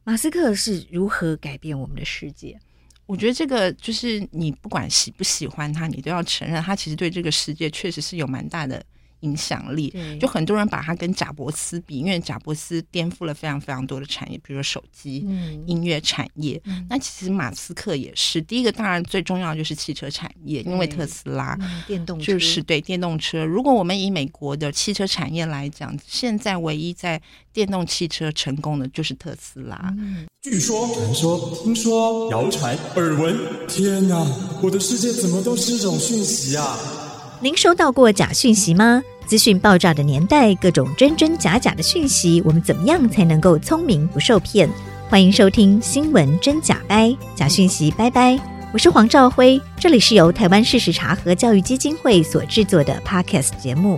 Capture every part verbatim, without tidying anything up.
马斯克是如何改变我们的世界？ 我觉得这个就是你不管喜不喜欢他，你都要承认他其实对这个世界确实是有蛮大的影响力。就很多人把他跟贾伯斯比，因为贾伯斯颠覆了非常非常多的产业，比如说手机、嗯、音乐产业、嗯、那其实马斯克也是。第一个当然最重要的就是汽车产业，因为特斯拉、 嗯、电动车就是对电动车。如果我们以美国的汽车产业来讲，现在唯一在电动汽车成功的就是特斯拉。 嗯，据说、传说、听说、谣传、耳闻，天哪，我的世界怎么都是这种讯息啊！ 您收到过假讯息吗？资讯爆炸的年代，各种真真假假的讯息，我们怎么样才能够聪明不受骗？欢迎收听新闻真假掰，假讯息拜拜。我是黄兆辉，这里是由台湾事实查核教育基金会所制作的 Podcast 节目。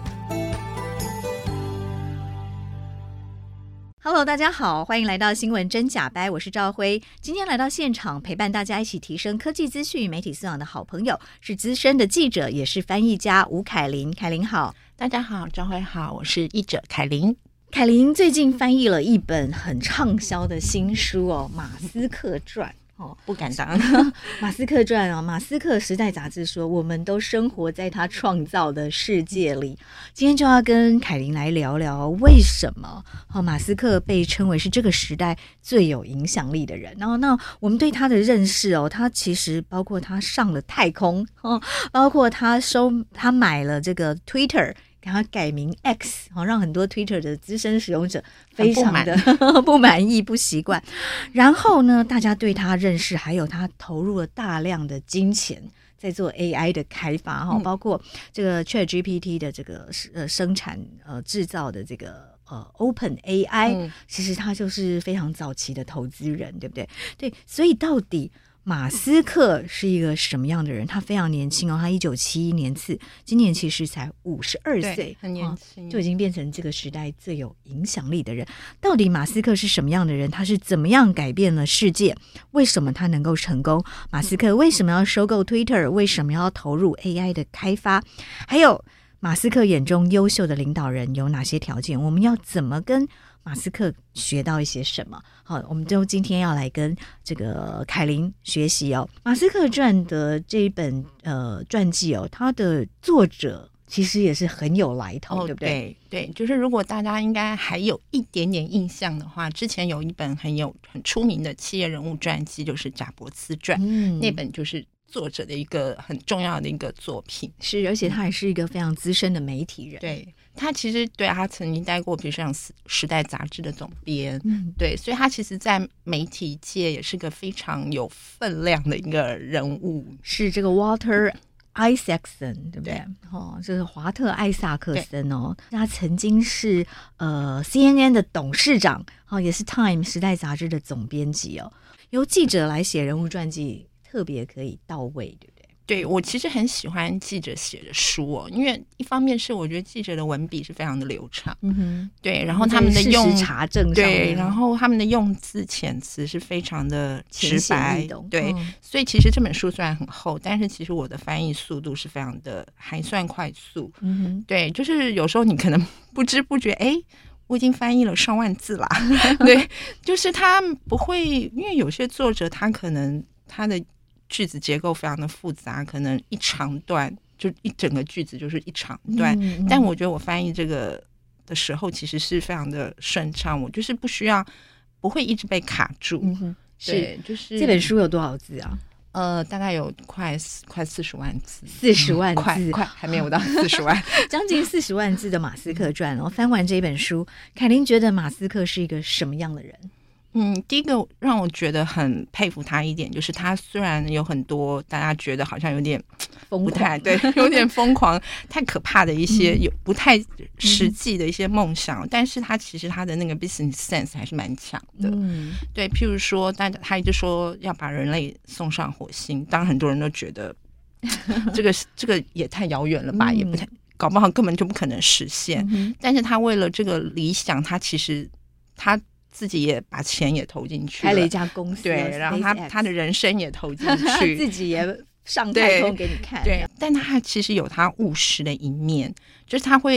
Hello， 大家好，欢迎来到新闻真假掰，我是兆辉。今天来到现场陪伴大家一起提升科技资讯与媒体素养的好朋友，是资深的记者，也是翻译家吴凯琳。凯琳好。 大家好，兆辉好，我是译者凯琳。 凯琳最近翻译了一本很畅销的新书哦，《马斯克传》。 哦，不敢当。 马斯克传啊，马斯克时代杂志说，我们都生活在他创造的世界里。今天就要跟凯琳来聊聊为什么、哦、马斯克被称为是这个时代最有影响力的人。然后，那我们对他的认识哦，他其实包括他上了太空哦，包括他收他买了这个 Twitter。给他改名 X， 让很多 Twitter 的资深使用者非常的不满意、不习惯。然后呢，大家对他认识，还有他投入了大量的金钱在做 A I 的开发，嗯、包括这个 ChatGPT 的这个呃生产呃制造的这个。呃 Open A I、嗯、其实他就是非常早期的投资人，对不对？对，所以到底马斯克是一个什么样的人？他非常年轻哦，他一九七一年次，今年其实才五十二岁， 很年轻、 哦，就已经变成这个时代最有影响力的人。到底马斯克是什么样的人？他是怎么样改变了世界？为什么他能够成功？马斯克为什么要收购 Twitter？ 为什么要投入 A I 的开发？还有马斯克眼中优秀的领导人有哪些条件？我们要怎么跟马斯克学到一些什么？好，我们就今天要来跟这个凯琳学习哦。马斯克传的这一本呃传记哦，他的作者其实也是很有来头， 哦、 对不对？ 对对，就是如果大家应该还有一点点印象的话，之前有一本很有很出名的企业人物传记，就是贾伯斯传，嗯、那本就是作者的一个很重要的一个作品。 是，而且他也是一个非常资深的媒体人。 对，他其实对他曾经待过比如像时代杂志的总编、嗯、对，所以他其实在媒体界也是个非常有分量的一个人物。 是这个 Walter Isaacson 对不对？哦，这是华特艾萨克森哦，他曾经是呃 C N N 的董事长，哦，也是 Time 时代杂志的总编辑哦。由记者来写人物传记，特别可以到位，对不对？ 对，我其实很喜欢记者写的书哦，因为一方面是我觉得记者的文笔是非常的流畅，嗯哼，对，然后他们的用事实查证上对，然后他们的用字遣词是非常的直白，对、嗯，所以其实这本书虽然很厚，但是其实我的翻译速度是非常的还算快速，嗯哼，对，就是有时候你可能不知不觉，哎。我已经翻译了上万字啦，对，就是他不会，因为有些作者他可能他的句子结构非常的复杂，可能一长段就一整个句子就是一长段，嗯嗯，但我觉得我翻译这个的时候其实是非常的顺畅，我就是不需要不会一直被卡住，嗯、 是，就是这本书有多少字啊？ 呃，大概有快快四十万字， 四十万字， 快快还没有到四十万， 将近四十万字的马斯克传哦。翻完这本书，凯琳觉得马斯克是一个什么样的人？ 嗯，第一个让我觉得很佩服他一点，就是他虽然有很多大家觉得好像有点不太对，有点疯狂、太可怕的一些、嗯、有不太实际的一些梦想、嗯，但是他其实他的那个 business sense 还是蛮强的。嗯，对，譬如说，他他一直说要把人类送上火星，当然很多人都觉得这个这个也太遥远了吧，嗯、也不太搞不好根本就不可能实现。嗯、但是他为了这个理想，他其实他。自己也把钱也投进去了， 开了一家公司， 对，然后他他的人生也投进去， 自己也上太空给你看， 对，但他其实有他务实的一面，就是他会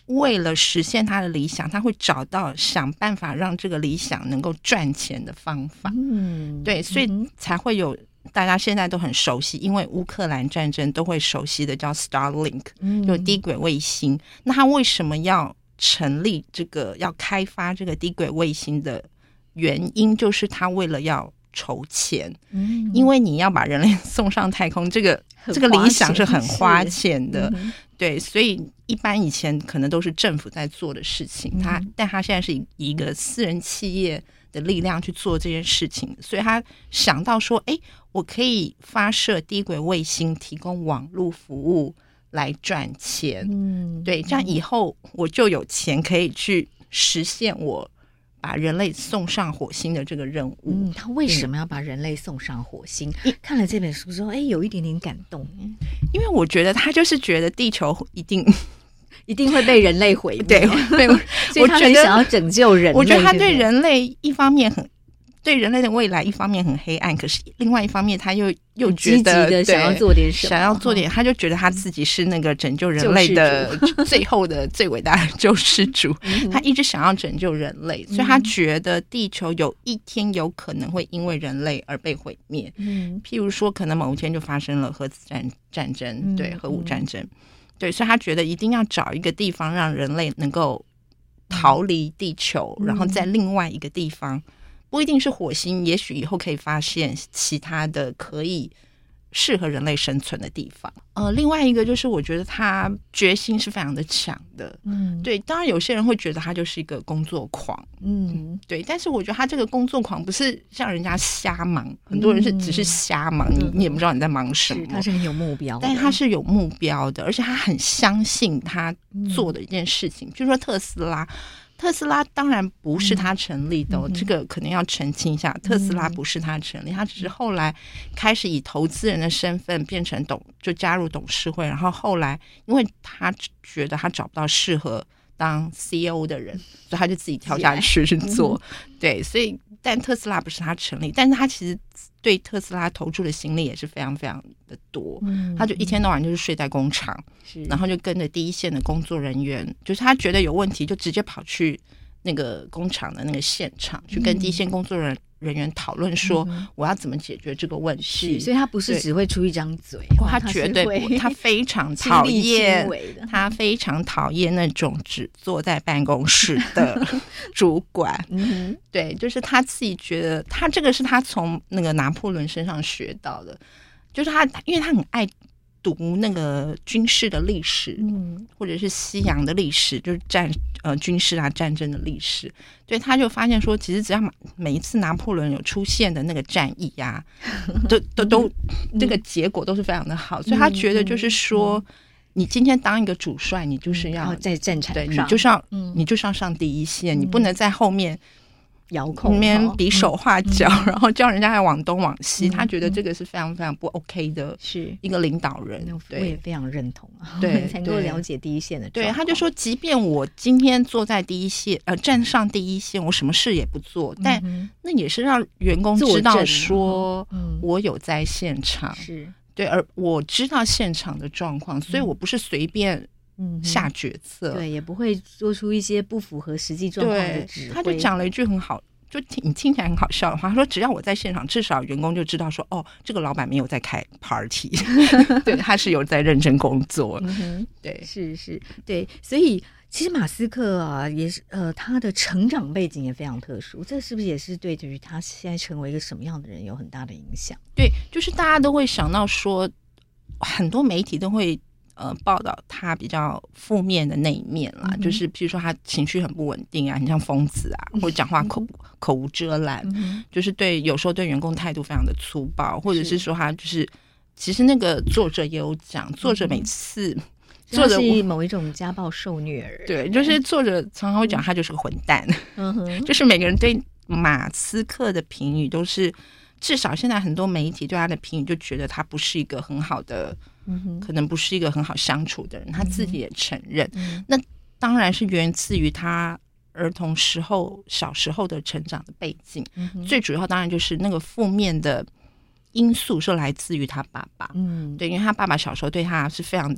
为了实现他的理想，他会找到想办法让这个理想能够赚钱的方法。嗯，对，所以才会有大家现在都很熟悉，因为乌克兰战争都会熟悉的叫 Starlink， 就低轨卫星。那他为什么要成立这个要开发这个低轨卫星的原因，就是他为了要筹钱。嗯，因为你要把人类送上太空，这个这个理想是很花钱的。嗯，对，所以一般以前可能都是政府在做的事情，他但他现在是以一个私人企业的力量去做这件事情，所以他想到说，哎，我可以发射低轨卫星，提供网络服务来赚钱。嗯，对，这样以后我就有钱可以去实现我把人类送上火星的这个任务。 嗯，他为什么要把人类送上火星？嗯，看了这本书之后，哎，有一点点感动。 因为我觉得他就是觉得地球一定一定会被人类毁灭， 对， 所以他很想要拯救人类。 我觉得他对人类一方面很对人类的未来一方面很黑暗，可是另外一方面他又又觉得积极的想要做点什么， 想要做点，他就觉得他自己是那个拯救人类的最后的最伟大的救世主。他一直想要拯救人类，所以他觉得地球有一天有可能会因为人类而被毁灭。嗯，譬如说可能某一天就发生了核子战战争，嗯，对，核武战争。对，所以他觉得一定要找一个地方让人类能够逃离地球，嗯，然后在另外一个地方，不一定是火星，也许以后可以发现其他的可以适合人类生存的地方。呃，另外一个就是我觉得他决心是非常的强的。嗯，对，当然有些人会觉得他就是一个工作狂。嗯，对，但是我觉得他这个工作狂不是像人家瞎忙，很多人是只是瞎忙，嗯，你你也不知道你在忙什么。 他是很有目标的， 但是他是有目标的，而且他很相信他做的一件事情。就说特斯拉。特斯拉当然不是他成立的，哦嗯，这个可能要澄清一下，特斯拉不是他成立，他只是后来开始以投资人的身份变成董，就加入董事会，然后后来因为他觉得他找不到适合当 C E O 的人，所以他就自己跳下去去做。对，所以但特斯拉不是他成立，但是他其实对特斯拉投注的心力也是非常非常的多。嗯，他就一天到晚就是睡在工厂，然后就跟着第一线的工作人员，就是他觉得有问题就直接跑去那个工厂的那个现场，去跟第一线工作人人员讨论说我要怎么解决这个问题。 所以他不是只会出一张嘴， 他绝对不，他非常讨厌，他非常讨厌那种只坐在办公室的主管。嗯，对，就是他自己觉得他这个是他从那个拿破仑身上学到的，就是他因为他很爱读那个军事的历史，嗯，或者是西洋的历史，就是战呃军事啊战争的历史。对，他就发现说，其实只要每一次拿破仑有出现的那个战役啊，都都都这个结果都是非常的好，所以他觉得就是说，嗯，你今天当一个主帅，你就是要， 嗯，在战场上， 对，你就是要，嗯，你就是要上第一线，嗯，你不能在后面。 遥控里面比手画脚，嗯，然后叫人家还往东往西，嗯，他觉得这个是非常非常不 OK 的，是一个领导人。 对，我也非常认同啊， 对， 才能够了解第一线的状况。 对，他就说，即便我今天坐在第一线，呃，站上第一线，我什么事也不做，但那也是让员工知道说，我有在现场，是对，而我知道现场的状况，所以我不是随便。嗯，下决策， 对，也不会做出一些不符合实际状况的指挥。 他就讲了一句很好，就听你听起来很好笑的话，他说：“只要我在现场，至少员工就知道说，哦，这个老板没有在开 party， 对，他是有在认真工作。嗯”对， 是是，对，所以其实马斯克啊，也是呃，他的成长背景也非常特殊，这是不是也是对于他现在成为一个什么样的人有很大的影响？ 对，就是大家都会想到说，很多媒体都会。呃，报道他比较负面的那一面啦，嗯，就是譬如说他情绪很不稳定啊，很像疯子啊，或者讲话口、嗯、口无遮拦，嗯，就是对有时候对员工态度非常的粗暴，或者是说他就是其实那个作者也有讲，作者每次、嗯、 作者是某一种家暴受虐儿， 对，就是作者常常会讲他就是个混蛋，嗯，就是每个人对马斯克的评语都是，至少现在很多媒体对他的评语就觉得他不是一个很好的。嗯，可能不是一个很好相处的人，他自己也承认。嗯，那当然是源自于他儿童时候、小时候的成长的背景。嗯，最主要当然就是那个负面的因素是来自于他爸爸。嗯，对，因为他爸爸小时候对他是非常的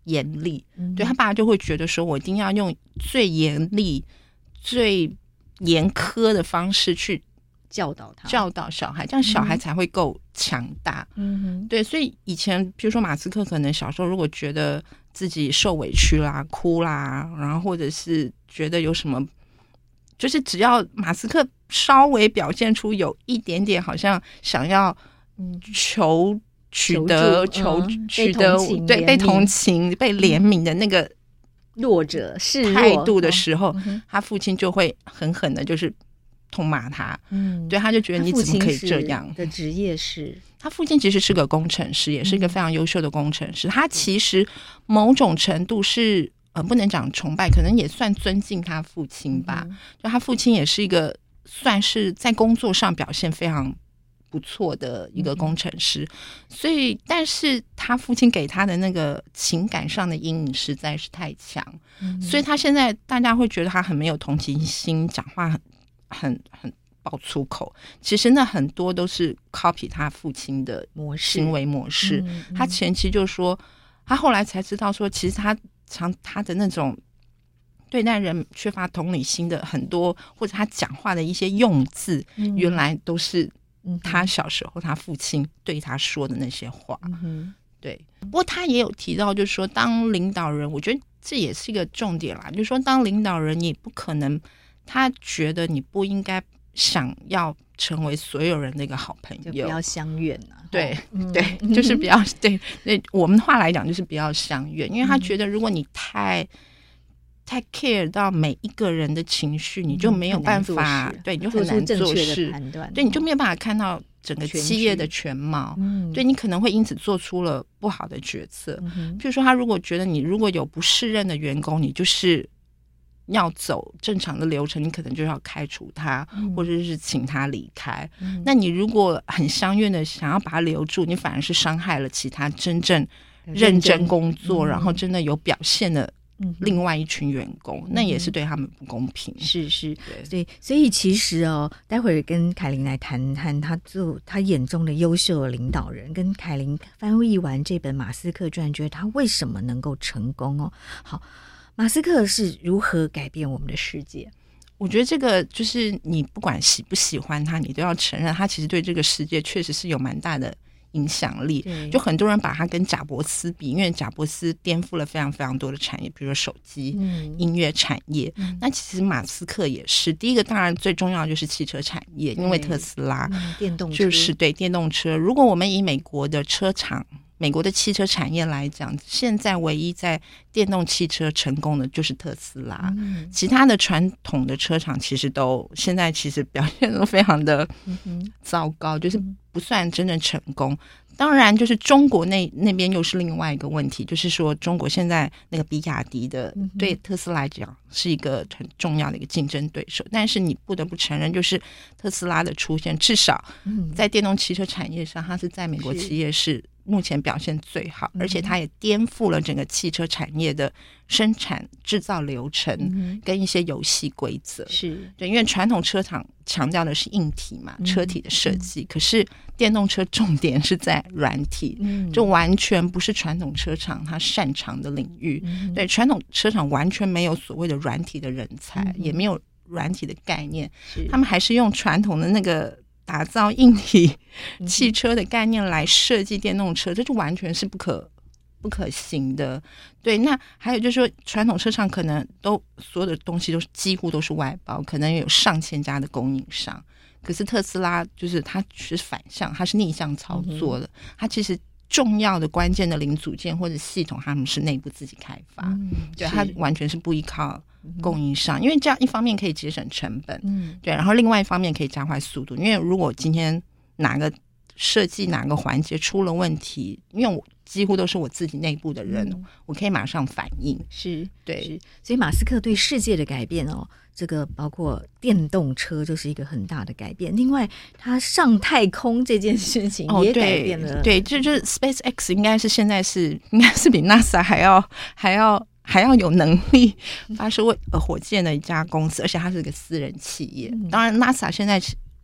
严厉，嗯、对他爸就会觉得说，我一定要用最严厉、最严苛的方式去教导他， 教导小孩，这样小孩才会够强大。嗯哼，对，所以以前比如说马斯克可能小时候如果觉得自己受委屈啦、哭啦，然后或者是觉得有什么，就是只要马斯克稍微表现出有一点点好像想要求取得求、嗯、取得对被同情、被怜悯的那个弱者示态度的时候，嗯、他父亲就会狠狠的，就是痛骂他。嗯，对，他就觉得你怎么可以这样？ 的职业是， 他父亲其实是个工程师，也是一个非常优秀的工程师。嗯、他其实某种程度是呃，不能讲崇拜，可能也算尊敬他父亲吧。嗯、就他父亲也是一个算是在工作上表现非常不错的一个工程师，嗯、所以但是他父亲给他的那个情感上的阴影实在是太强，嗯、所以他现在大家会觉得他很没有同情心，讲话很很很爆粗口，其实那很多都是 copy 他父亲的行为模式。嗯嗯、他前期就说，他后来才知道说，其实他常他的那种对待人缺乏同理心的很多，或者他讲话的一些用字，嗯、原来都是他小时候他父亲对他说的那些话。嗯、对。不过他也有提到，就是说当领导人，我觉得这也是一个重点啦，就是说当领导人你不可能，他觉得你不应该想要成为所有人的一个好朋友， 就不要相怨啊。 对、嗯、对，就是不要对对，我们话来讲就是不要相怨，因为他觉得如果你太、嗯、太 care 到每一个人的情绪，你就没有办法，对，你就很难做事， 判断， 对，你就没有办法看到整个企业的全貌，嗯、对，你可能会因此做出了不好的决策。嗯、譬如说，他如果觉得你如果有不适任的员工，你就是要走正常的流程，你可能就要开除他，嗯、或者是请他离开。嗯、那你如果很相愿的想要把他留住，你反而是伤害了其他真正认真工作，嗯、然后真的有表现的另外一群员工，嗯、那也是对他们不公平。 是是，对，所以其实哦，待会儿跟凯琳来谈谈他做他眼中的优秀的领导人，跟凯琳翻译完这本马斯克传，觉得他为什么能够成功哦。好。马斯克是如何改变我们的世界？ 我觉得这个就是你不管喜不喜欢他，你都要承认他其实对这个世界确实是有蛮大的影响力。就很多人把他跟贾伯斯比，因为贾伯斯颠覆了非常非常多的产业，比如说手机、嗯、音乐产业。嗯、那其实马斯克也是第一个，当然最重要的就是汽车产业，因为特斯拉、 嗯、电动车就是对电动车。如果我们以美国的车厂、美国的汽车产业来讲，现在唯一在电动汽车成功的就是特斯拉，嗯、其他的传统的车厂其实都现在其实表现都非常的糟糕，嗯、就是不算真正成功。当然就是中国那那边又是另外一个问题，就是说中国现在那个比亚迪的对特斯拉来讲是一个很重要的一个竞争对手，但是你不得不承认，就是特斯拉的出现至少在电动汽车产业上，它是在美国企业是目前表现最好，而且它也颠覆了整个汽车产业的生产制造流程跟一些游戏规则。 是对，因为传统车厂强调的是硬体嘛，车体的设计，可是电动车重点是在软体，就完全不是传统车厂它擅长的领域。对，传统车厂完全没有所谓的软体的人才，也没有软体的概念，他们还是用传统的那个打造硬体汽车的概念来设计电动车，这就完全是不可不可行的。对，那还有就是说，传统车厂可能都所有的东西都是几乎都是外包，可能有上千家的供应商。可是特斯拉就是它是反向，它是逆向操作的，嗯、它其实重要的关键的零组件或者系统，他们是内部自己开发，嗯、对，它完全是不依靠供应商，因为这样一方面可以节省成本，嗯、对，然后另外一方面可以加快速度，因为如果今天哪个设计哪个环节出了问题，因为我几乎都是我自己内部的人，嗯、我可以马上反应， 是对是，所以马斯克对世界的改变哦，这个包括电动车就是一个很大的改变。另外，他上太空这件事情也改变了， 哦、对，这就是 SpaceX 应该是现在是应该是比 NASA 还要还要。还要有能力发射火箭的一家公司，而且它是个私人企业。当然 NASA 现在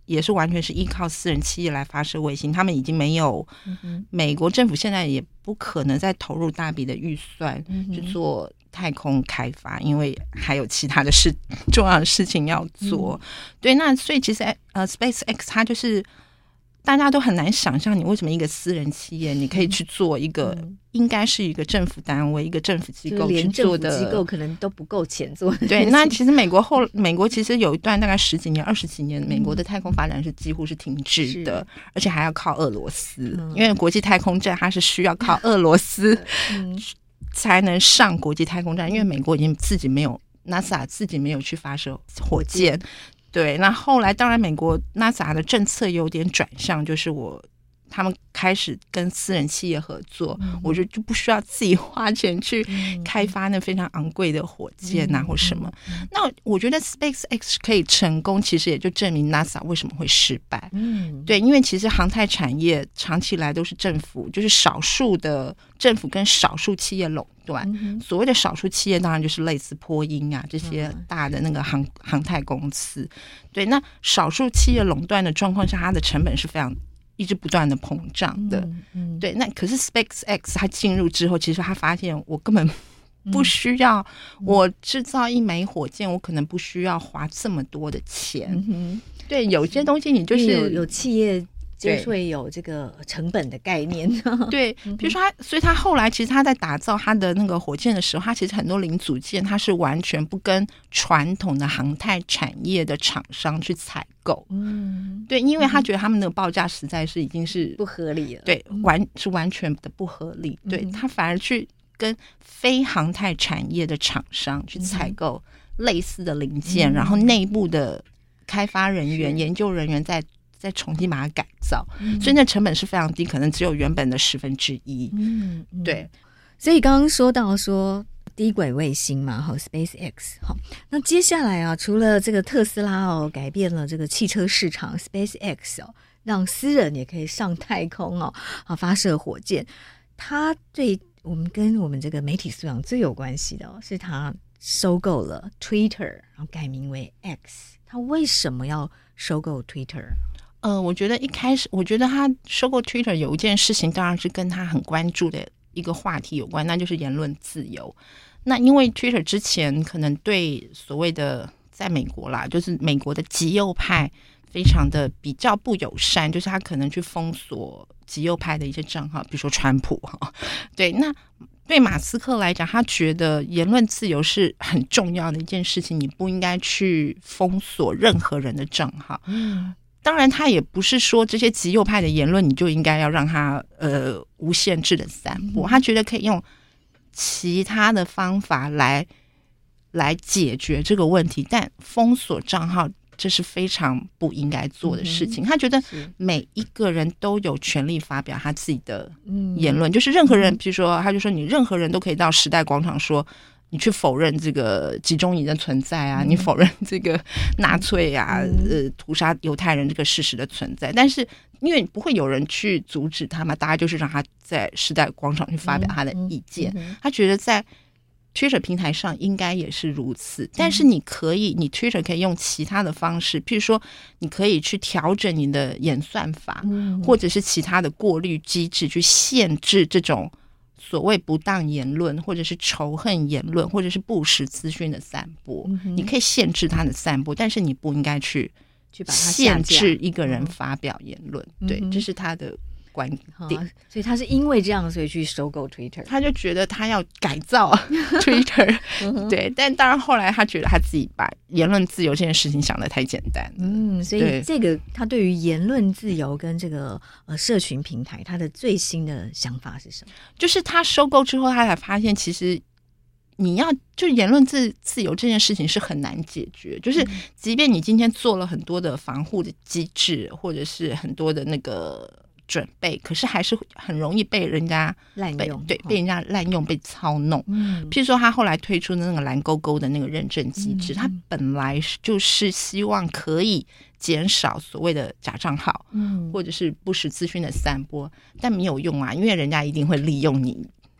也是完全是依靠私人企业来发射卫星，他们已经没有、嗯、美国政府现在也不可能再投入大笔的预算去做太空开发，因为还有其他的事重要的事情要做、嗯、对，那所以其实呃 SpaceX 它就是大家都很难想象你为什么一个私人企业你可以去做一个、嗯、应该是一个政府单位一个政府机构去做的， 连政府机构可能都不够钱做的。 对，那其实美国后美国其实有一段大概十几年二十几年美国的太空发展是几乎是停滞的、嗯、而且还要靠俄罗斯、嗯、因为国际太空站它是需要靠俄罗斯、嗯、才能上国际太空站，因为美国已经自己没有 NASA 自己没有去发射火箭。对，那后来当然美国 NASA 的政策有点转向，就是我他们开始跟私人企业合作、嗯、我就就不需要自己花钱去开发那非常昂贵的火箭啊、嗯、或什么、嗯、那我觉得 SpaceX 可以成功其实也就证明 NASA 为什么会失败、嗯、对，因为其实航太产业长期以来都是政府就是少数的政府跟少数企业垄断、嗯、所谓的少数企业当然就是类似波音啊这些大的那个航航太公司，对，那少数企业垄断的状况下它的成本是非常一直不断的膨胀的、嗯嗯、对，那可是 SpaceX 它进入之后其实它发现我根本不需要、嗯、我制造一枚火箭我可能不需要花这么多的钱、嗯、对，有些东西你就是有, 有企业就会有这个成本的概念。 对，比如说他所以他后来其实他在打造他的那个火箭的时候，他其实很多零组件他是完全不跟传统的航太产业的厂商去采购。嗯，对，因为他觉得他们的报价实在是已经是不合理了， 对，完是完全的不合理。对，他反而去跟非航太产业的厂商去采购类似的零件、嗯、然后内部的开发人员研究人员在再重新把它改造、嗯、所以那成本是非常低，可能只有原本的十分之一。嗯，对。 所以刚刚说到说低轨卫星嘛，好 SpaceX 好，那接下来啊，除了这个特斯拉哦改变了这个汽车市场 ，SpaceX 哦让私人也可以上太空哦，啊发射火箭，它对我们跟我们这个媒体素养最有关系的哦，是它收购了 Twitter， 然后改名为 X。它为什么要收购 Twitter？ 呃，我觉得一开始，我觉得他收购 Twitter 有一件事情，当然是跟他很关注的一个话题有关，那就是言论自由。那因为 Twitter 之前可能对所谓的在美国啦，就是美国的极右派非常的比较不友善，就是他可能去封锁极右派的一些账号，比如说川普哈。对，那对马斯克来讲，他觉得言论自由是很重要的一件事情，你不应该去封锁任何人的账号。嗯。当然他也不是说这些极右派的言论你就应该要让他呃无限制的散播，他觉得可以用其他的方法来来解决这个问题，但封锁账号这是非常不应该做的事情、嗯、他觉得每一个人都有权利发表他自己的言论、嗯、就是任何人比如说他就说你任何人都可以到时代广场说你去否认这个集中营的存在啊、嗯、你否认这个纳粹啊、嗯、呃屠杀犹太人这个事实的存在，但是因为不会有人去阻止他嘛，大家就是让他在时代广场去发表他的意见、嗯嗯、他觉得在 Twitter 平台上应该也是如此，但是你可以你 Twitter 可以用其他的方式，譬如说你可以去调整你的演算法、嗯、或者是其他的过滤机制去限制这种所谓不当言论或者是仇恨言论或者是不实资讯的散播、嗯、你可以限制它的散播，但是你不应该去限制一个人发表言论、嗯、对，这是他的观点、 嗯、所以他是因为这样所以去收购 Twitter， 他就觉得他要改造 Twitter 对，但当然后来他觉得他自己把言论自由这件事情想得太简单， 嗯，所以这个他对于言论自由跟这个呃社群平台他的最新的想法是什么？ 就是他收购之后他才发现其实你要就是言论自自由这件事情是很难解决，就是即便你今天做了很多的防护的机制或者是很多的那个准备，可是还是很容易被人家滥用， 对，被人家滥用被操弄、嗯、譬如说他后来推出的那个蓝勾勾的那个认证机制、嗯、他本来就是希望可以减少所谓的假账号、嗯、或者是不实资讯的散播，但没有用啊，因为人家一定会利用你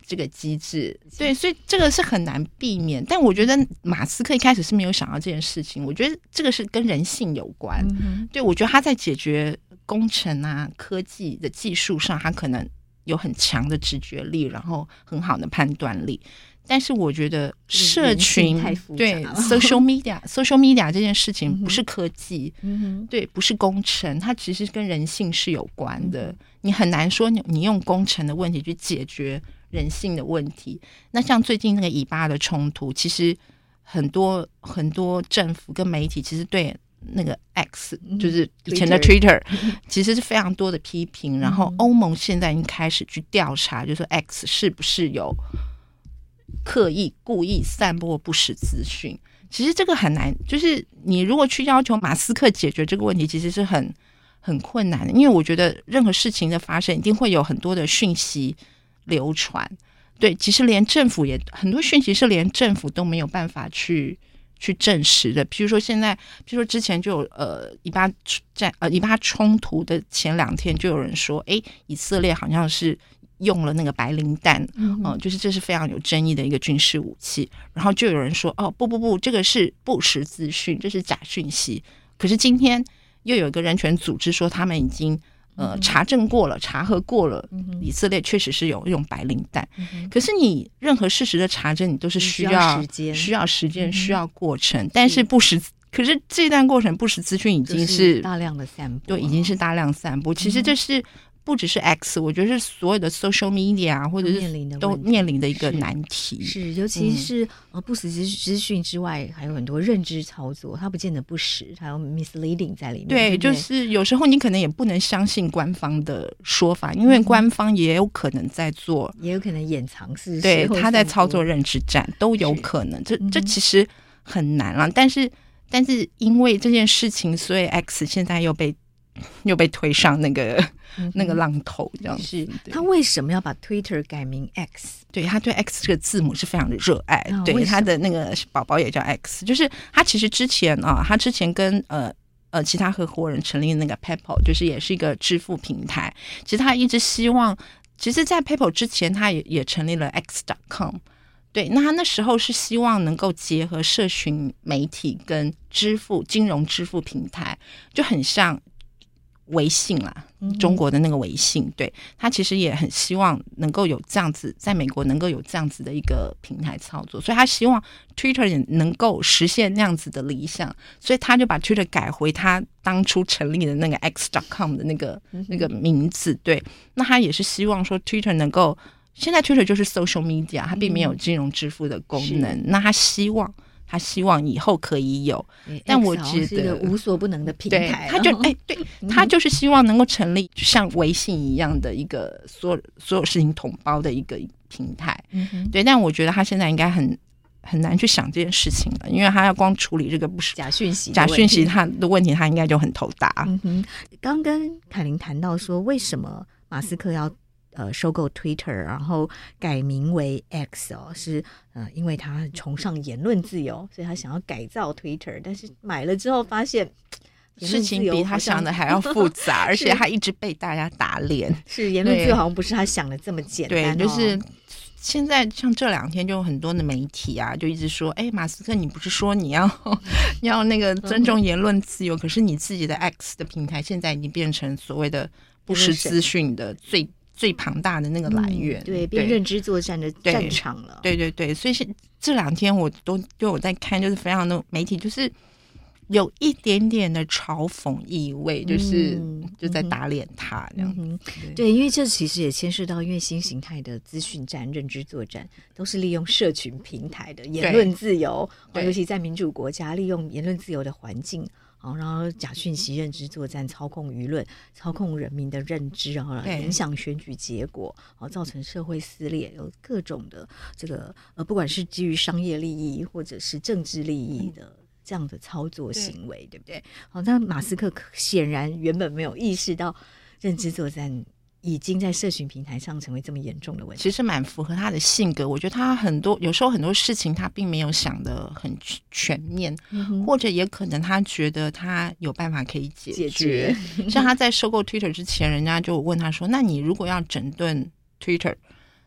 这个机制。对，所以这个是很难避免。但我觉得马斯克一开始是没有想到这件事情，我觉得这个是跟人性有关。嗯、对，我觉得他在解决工程啊、科技的技术上，他可能有很强的直觉力，然后很好的判断力。但是我觉得社群对 social media social media 这件事情不是科技，嗯、对，不是工程，它其实跟人性是有关的。嗯、你很难说你你用工程的问题去解决人性的问题。那像最近那个以巴的冲突，其实很多很多政府跟媒体其实对那个 X 就是以前的 Twitter 其实是非常多的批评。然后欧盟现在已经开始去调查，就是说 X 是不是有刻意故意散播不实资讯。其实这个很难，就是你如果去要求马斯克解决这个问题，其实是很很困难的。因为我觉得任何事情的发生一定会有很多的讯息流传。对，其实连政府也很多讯息是连政府都没有办法去去证实的。比如说现在，比如说之前就有呃以巴战呃以巴冲突的前两天就有人说，哎，以色列好像是用了那个白磷弹，嗯、呃，就是这是非常有争议的一个军事武器。然后就有人说，哦，不不不，这个是不实资讯，这是假讯息。可是今天又有一个人权组织说，他们已经呃查证过了，查核过了，以色列确实是有用白磷弹。嗯、可是你任何事实的查证，你都是需要时间、需要时间、需要过程。但是不实，可是这段过程不实资讯已经是大量的散播， 对，已经是大量散播。其实这是。不只是 X， 我觉得是所有的 social media 或者是都面临的一个难题。 是，是尤其是、嗯、呃不实资讯之外，还有很多认知操作，它不见得不实，还有 misleading 在里面。 对，对就是有时候你可能也不能相信官方的说法，因为官方也有可能在做， 也有可能掩藏事实， 对，他在操作认知战都有可能。这这其实很难了，但是但是因为这件事情，所以 X 现在又被。又被推上那个、嗯、那个浪头，这样是他为什么要把 Twitter 改名 X？ 对，他对 X 这个字母是非常的热爱，哦、对他的那个宝宝也叫 X， 就是他其实之前啊，他之前跟呃呃其他合伙人成立的那个 PayPal， 就是也是一个支付平台。其实他一直希望，其实，在 PayPal 之前，他也也成立了 X 点 com。对，那他那时候是希望能够结合社群媒体跟支付金融支付平台，就很像。微信啦，中国的那个微信，对，他其实也很希望能够有这样子，在美国能够有这样子的一个平台操作，所以他希望 Twitter 也能够实现那样子的理想，所以他就把 Twitter 改回他当初成立的那个 X 点 com 的那个那个名字，对，那他也是希望说 Twitter 能够，现在 Twitter 就是 social media， 它并没有金融支付的功能，嗯、那他希望。他希望以后可以有，但我觉得是一个无所不能的平台。 他就哎，对他就是希望能够成立像微信一样的一个所有所有事情统包的一个平台。嗯、对，但我觉得他现在应该很很难去想这件事情了，因为他要光处理这个不是假讯息、 假讯息他的问题，他应该就很头大。 嗯哼，刚跟凯琳谈到说，为什么马斯克要？呃，收购 Twitter， 然后改名为 X 哦，是呃，因为他崇尚言论自由，所以他想要改造 Twitter， 但是买了之后发现事情比他想的还要复杂，而且他一直被大家打脸。 是言论自由好像不是他想的这么简单、哦。 对，就是现在像这两天就有很多的媒体啊，就一直说，哎，马斯克，你不是说你要要那个尊重言论自由，可是你自己的 X 的平台现在已经变成所谓的不实资讯的最。最庞大的那个来源， 嗯、对，变认知作战的战场了。 对对 对, 对，所以是这两天我都就我在看，就是非常的媒体，就是有一点点的嘲讽意味，就是、嗯、就在打脸他这样、 嗯对。对，因为这其实也牵涉到，因为新形态的资讯战、认知作战都是利用社群平台的言论自由，尤其在民主国家，利用言论自由的环境。然后假讯息、认知作战、操控舆论、操控人民的认知，然后影响选举结果，造成社会撕裂，有各种的这个呃，不管是基于商业利益或者是政治利益的这样的操作行为， 对, 对不对？好，那马斯克显然原本没有意识到认知作战已经在社群平台上成为这么严重的问题， 其实蛮符合他的性格。我觉得他很多有时候很多事情他并没有想得很全面、嗯、或者也可能他觉得他有办法可以解决, 解决像他在收购 Twitter 之前，人家就问他说，那你如果要整顿 Twitter，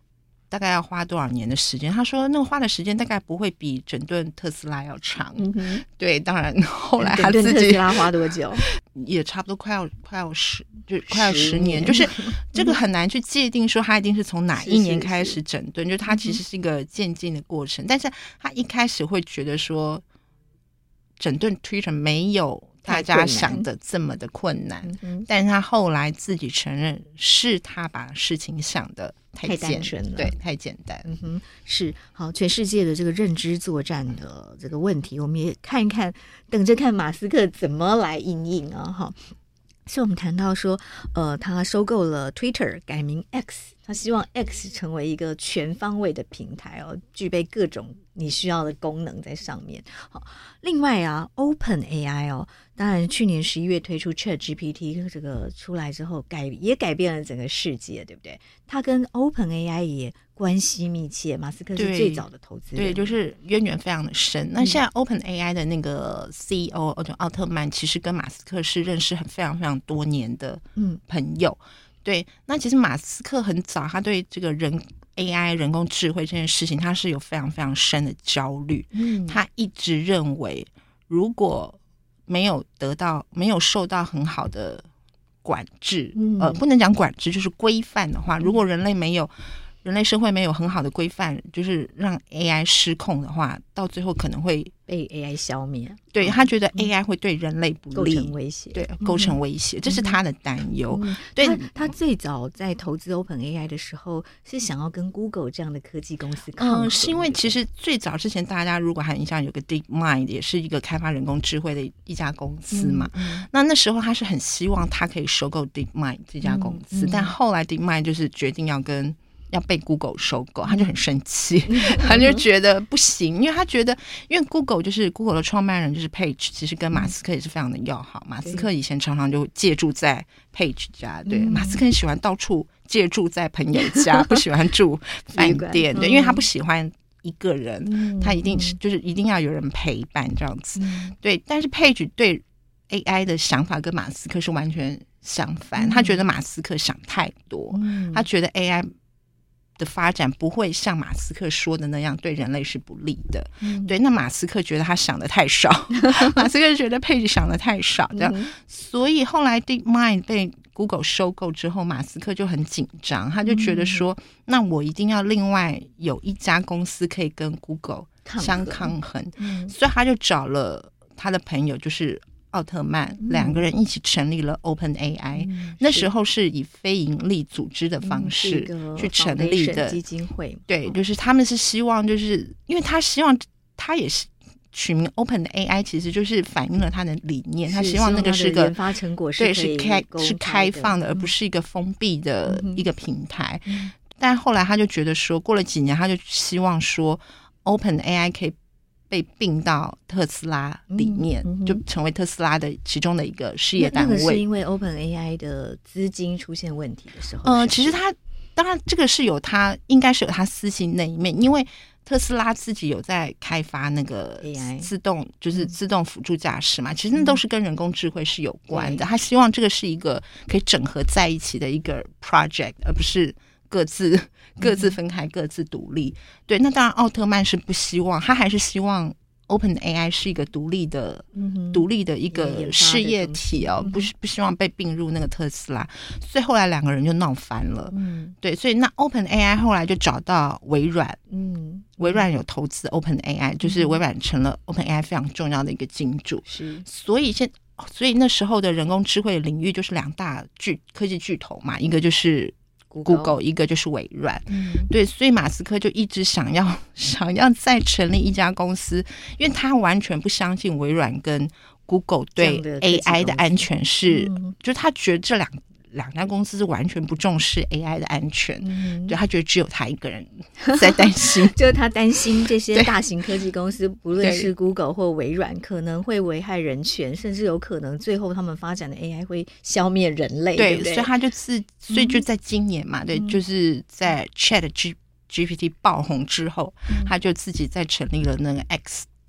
大概要花多少年的时间？他说那个花的时间大概不会比整顿特斯拉要长。嗯哼，对，当然后来他自己整顿特斯拉花多久？ 也差不多快要快要十，就快要十年，就是这个很难去界定说他一定是从哪一年开始整顿，是是是就是他其实是一个渐进的过程。嗯、但是他一开始会觉得说，整顿 Twitter 没有大家想的这么的困难，嗯、但是他后来自己承认是他把事情想的太单纯了， 对，太简单。 嗯哼，是好，全世界的这个认知作战的这个问题，我们也看一看，等着看马斯克怎么来因应啊！哈，所以我们谈到说，呃，他收购了 Twitter， 改名 X， 他希望 X 成为一个全方位的平台哦，具备各种你需要的功能在上面。好，另外啊 ，OpenAI 哦。当然，去年十一月推出 ChatGPT 这个出来之后，改也改变了整个世界，对不对？它跟 OpenAI 也关系密切，马斯克是最早的投资人， 对，就是渊源非常的深。那现在 OpenAI 的那个 C E O 就奥特曼，其实跟马斯克是认识很非常非常多年的朋友。嗯、对，那其实马斯克很早，他对这个人 A I 人工智慧这件事情，他是有非常非常深的焦虑。嗯，他一直认为，如果没有得到没有受到很好的管制，嗯、呃，不能讲管制，就是规范的话，如果人类没有人类社会没有很好的规范，就是让 A I 失控的话，到最后可能会被 A I 消灭。 对，他觉得 A I 会对人类不利， 构成威胁， 对，构成威胁，嗯、这是他的担忧。嗯、对他，他最早在投资 OpenAI 的时候，是想要跟 Google 这样的科技公司抗衡。 嗯，是因为其实最早之前，大家如果还印象有个 DeepMind， 也是一个开发人工智慧的一家公司嘛。嗯、那那时候他是很希望他可以收购 DeepMind 这家公司，嗯嗯、但后来 DeepMind 就是决定要跟要被 Google 收购，他就很生气，他就觉得不行，因为他觉得，因为 Google 就是 Google 的创办人就是 Page， 其实跟马斯克也是非常的要好。马斯克以前常常就借住在 Page 家，对，马斯克很喜欢到处借住在朋友家，不喜欢住饭店，对，因为他不喜欢一个人，他一定是就是一定要有人陪伴这样子，对。但是 Page 对 A I 的想法跟马斯克是完全相反，他觉得马斯克想太多，他觉得 A I的发展不会像马斯克说的那样对人类是不利的，嗯、对。那马斯克觉得他想的太少，马斯克觉得佩奇想的太少，这样，嗯、所以后来 DeepMind 被 Google 收购之后，马斯克就很紧张，他就觉得说，嗯、那我一定要另外有一家公司可以跟 Google 相抗衡，嗯、所以他就找了他的朋友，就是奥特曼，嗯、两个人一起成立了 OpenAI，嗯、那时候是以非营利组织的方式去成立的基金会， 对，就是他们是希望，就是因为他希望他也是取名 OpenAI， 其实就是反映了他的理念，他希望那个是个研发成果是对是开是开放的，而不是一个封闭的一个平台。嗯、但后来他就觉得说，过了几年，他就希望说 OpenAI 可以被并到特斯拉里面，嗯嗯、就成为特斯拉的其中的一个事业单位。 那, 那个是因为 OpenAI 的资金出现问题的时候， 呃，其实他当然这个是有他应该是有他私心那一面，因为特斯拉自己有在开发那个自动 A I， 就是自动辅助驾驶嘛，嗯、其实那都是跟人工智慧是有关的。他希望这个是一个可以整合在一起的一个 project， 而不是各自各自分开、各自独立。对，那当然奥特曼是不希望，他还是希望 OpenAI 是一个独立的、嗯、独立的一个事业体哦，不不希望被并入那个特斯拉。所以后来两个人就闹翻了。嗯，对，所以那 OpenAI 后来就找到微软，嗯，微软有投资 OpenAI， 就是微软成了 OpenAI 非常重要的一个金主。是，所以现所以那时候的人工智慧领域就是两大巨科技巨头嘛，一个就是Google， 一个就是微软。嗯，对，所以马斯克就一直想要想要再成立一家公司，因为他完全不相信微软跟 Google 对 A I 的安全是，嗯、就是他觉得这两两家公司是完全不重视 A I 的安全，嗯、对，他觉得只有他一个人在担心， 就是他担心这些大型科技公司，不论是 Google 或微软，可能会危害人权，甚至有可能最后他们发展的 A I 会消灭人类。对，对不对？ 所以他就自，所以就在今年嘛，嗯、对，就是在 Chat G P T 爆红之后，嗯、他就自己再成立了那个 X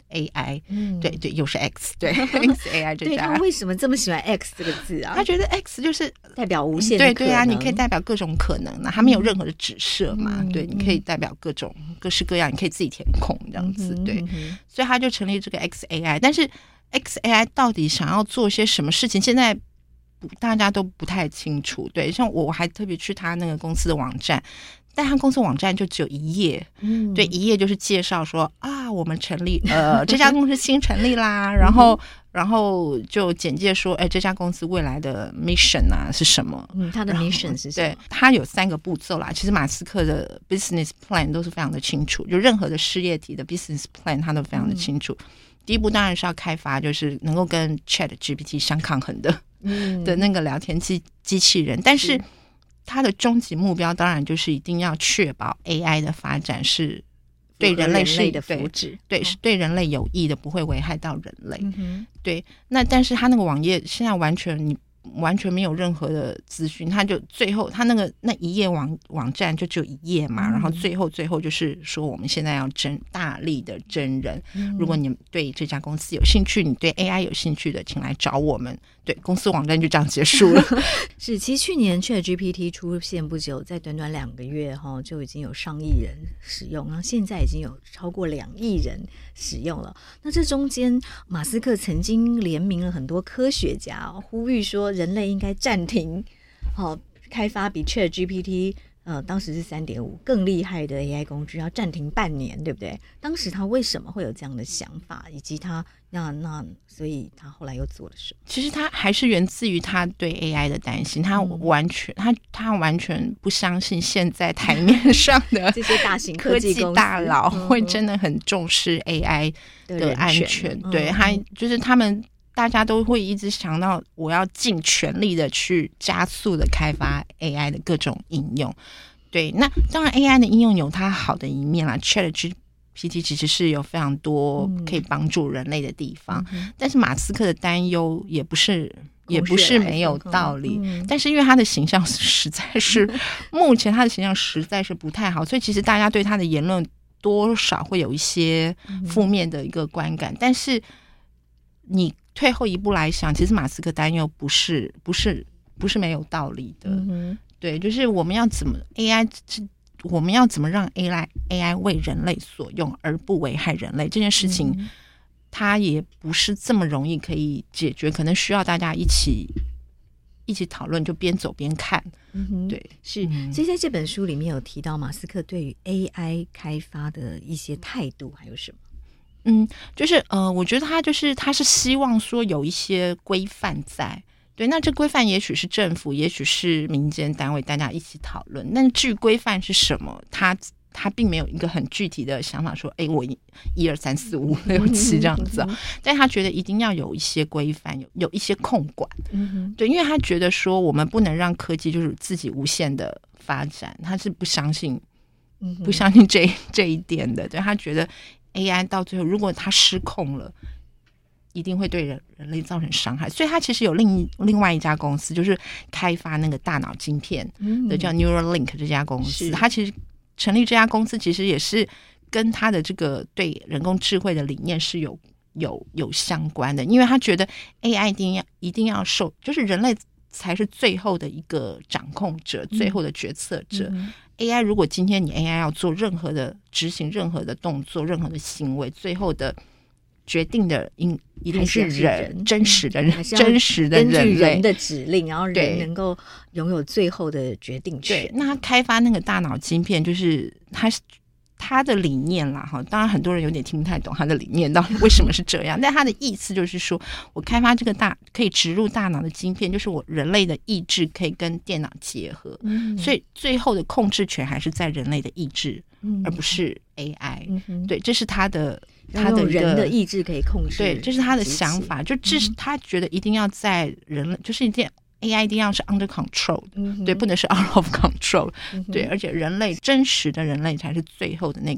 A I，、嗯、对对，又是 X， 对 X A I 这家， 对，他为什么这么喜欢 X 这个字啊？ 他觉得 X 就是代表无限的可能， 对对啊，你可以代表各种可能呢，他没有任何的指涉嘛，嗯、对，你可以代表各种各式各样，你可以自己填空这样子，嗯、对，嗯、所以他就成立这个 X A I， 但是 X A I 到底想要做些什么事情，现在大家都不太清楚，对，像我还特别去他那个公司的网站。但他公司网站就只有一页，嗯，对，一页就是介绍说啊，我们成立呃这家公司新成立啦，然后、嗯、然后就简介说，哎，这家公司未来的 mission 啊是什么？ 嗯，他的 mission 是什么？ 对，他有三个步骤啦。其实马斯克的 business plan 都是非常的清楚，就任何的事业体的 business plan 他都非常的清楚。嗯、第一步当然是要开发，就是能够跟 Chat G P T 相抗衡的、嗯、的那个聊天机机器人，但是。它的终极目标当然就是一定要确保 A I 的发展是对人类是的福祉， 对，是对人类有益的，不会危害到人类。 嗯、 对，那但是他那个网页现在完全你完全没有任何的资讯，他就最后他那个那一页网网站就只有一页嘛、嗯，然后最后最后就是说我们现在要征大力的真人、嗯，如果你对这家公司有兴趣，你对 A I 有兴趣的，请来找我们。对，公司网站就这样结束了。 是，其实去年 ChatGPT 出现不久，在短短两个月哈，就已经有上亿人使用，然后现在已经有超过两亿人使用了。那这中间，马斯克曾经联名了很多科学家，呼吁说人类应该暂停，好开发比 ChatGPT。呃，当时是 三点五 更厉害的 A I 工具要暂停半年，对不对？当时他为什么会有这样的想法，以及他那那所以他后来又做了什么？ 其实他还是源自于他对 A I 的担心，他完全、嗯、他他完全不相信现在台面上的这些大型科技大佬会真的很重视 A I 的安全，嗯、对，他就是他们。大家都会一直想到我要尽全力的去加速的开发 A I 的各种应用。对，那当然 A I 的应用有它好的一面啦， Chat G P T 其实是有非常多可以帮助人类的地方、嗯、但是马斯克的担忧也不是也不是没有道理、嗯、但是因为他的形象实在是目前他的形象实在是不太好，所以其实大家对他的言论多少会有一些负面的一个观感、嗯、但是你退后一步来想，其实马斯克担忧不是不是不是没有道理的、嗯、对，就是我们要怎么 A I 我们要怎么让 A I A I 为人类所用而不危害人类这件事情、嗯、它也不是这么容易可以解决，可能需要大家一起一起讨论，就边走边看、嗯、对， 是、嗯、所以在这本书里面有提到马斯克对于 A I 开发的一些态度还有什么？ 嗯，就是呃，我觉得他就是他是希望说有一些规范在，对，那这规范也许是政府，也许是民间单位，大家一起讨论。但至于规范是什么，他他并没有一个很具体的想法说，哎，我一二三四五六七这样子、哦，但他觉得一定要有一些规范，有有一些控管，嗯，对，因为他觉得说我们不能让科技就是自己无限的发展，他是不相信，不相信这这一点的，对，他觉得。A I 到最后如果它失控了一定会对 人, 人类造成伤害，所以它其实有另另外一家公司就是开发那个大脑晶片的叫 Neuralink 这家公司，它其实成立这家公司其实也是跟它的这个对人工智慧的理念是有有有相关的，因为他觉得 A I 一定要一定要受，就是人类才是最后的一个掌控者、嗯、最后的决策者、嗯、A I 如果今天你 A I 要做任何的执行任何的动作任何的行为，最后的决定的一定是人, 是人真实的人真实的人类根据人的指令，然后人能够拥有最后的决定权。 对，那他开发那个大脑晶片就是他他的理念啦，哈，当然很多人有点听不太懂他的理念到底为什么是这样，但他的意思就是说，我开发这个大可以植入大脑的晶片，就是我人类的意志可以跟电脑结合，嗯、所以最后的控制权还是在人类的意志，嗯、而不是 A I、嗯。对，这是他的他的人的意志可以控制， 对，这是他的想法，就这是他觉得一定要在人类，就是一定。A I 一定要是 under control 的、嗯、对，不能是 out of control、嗯、对，而且人类真实的人类才是最后的那个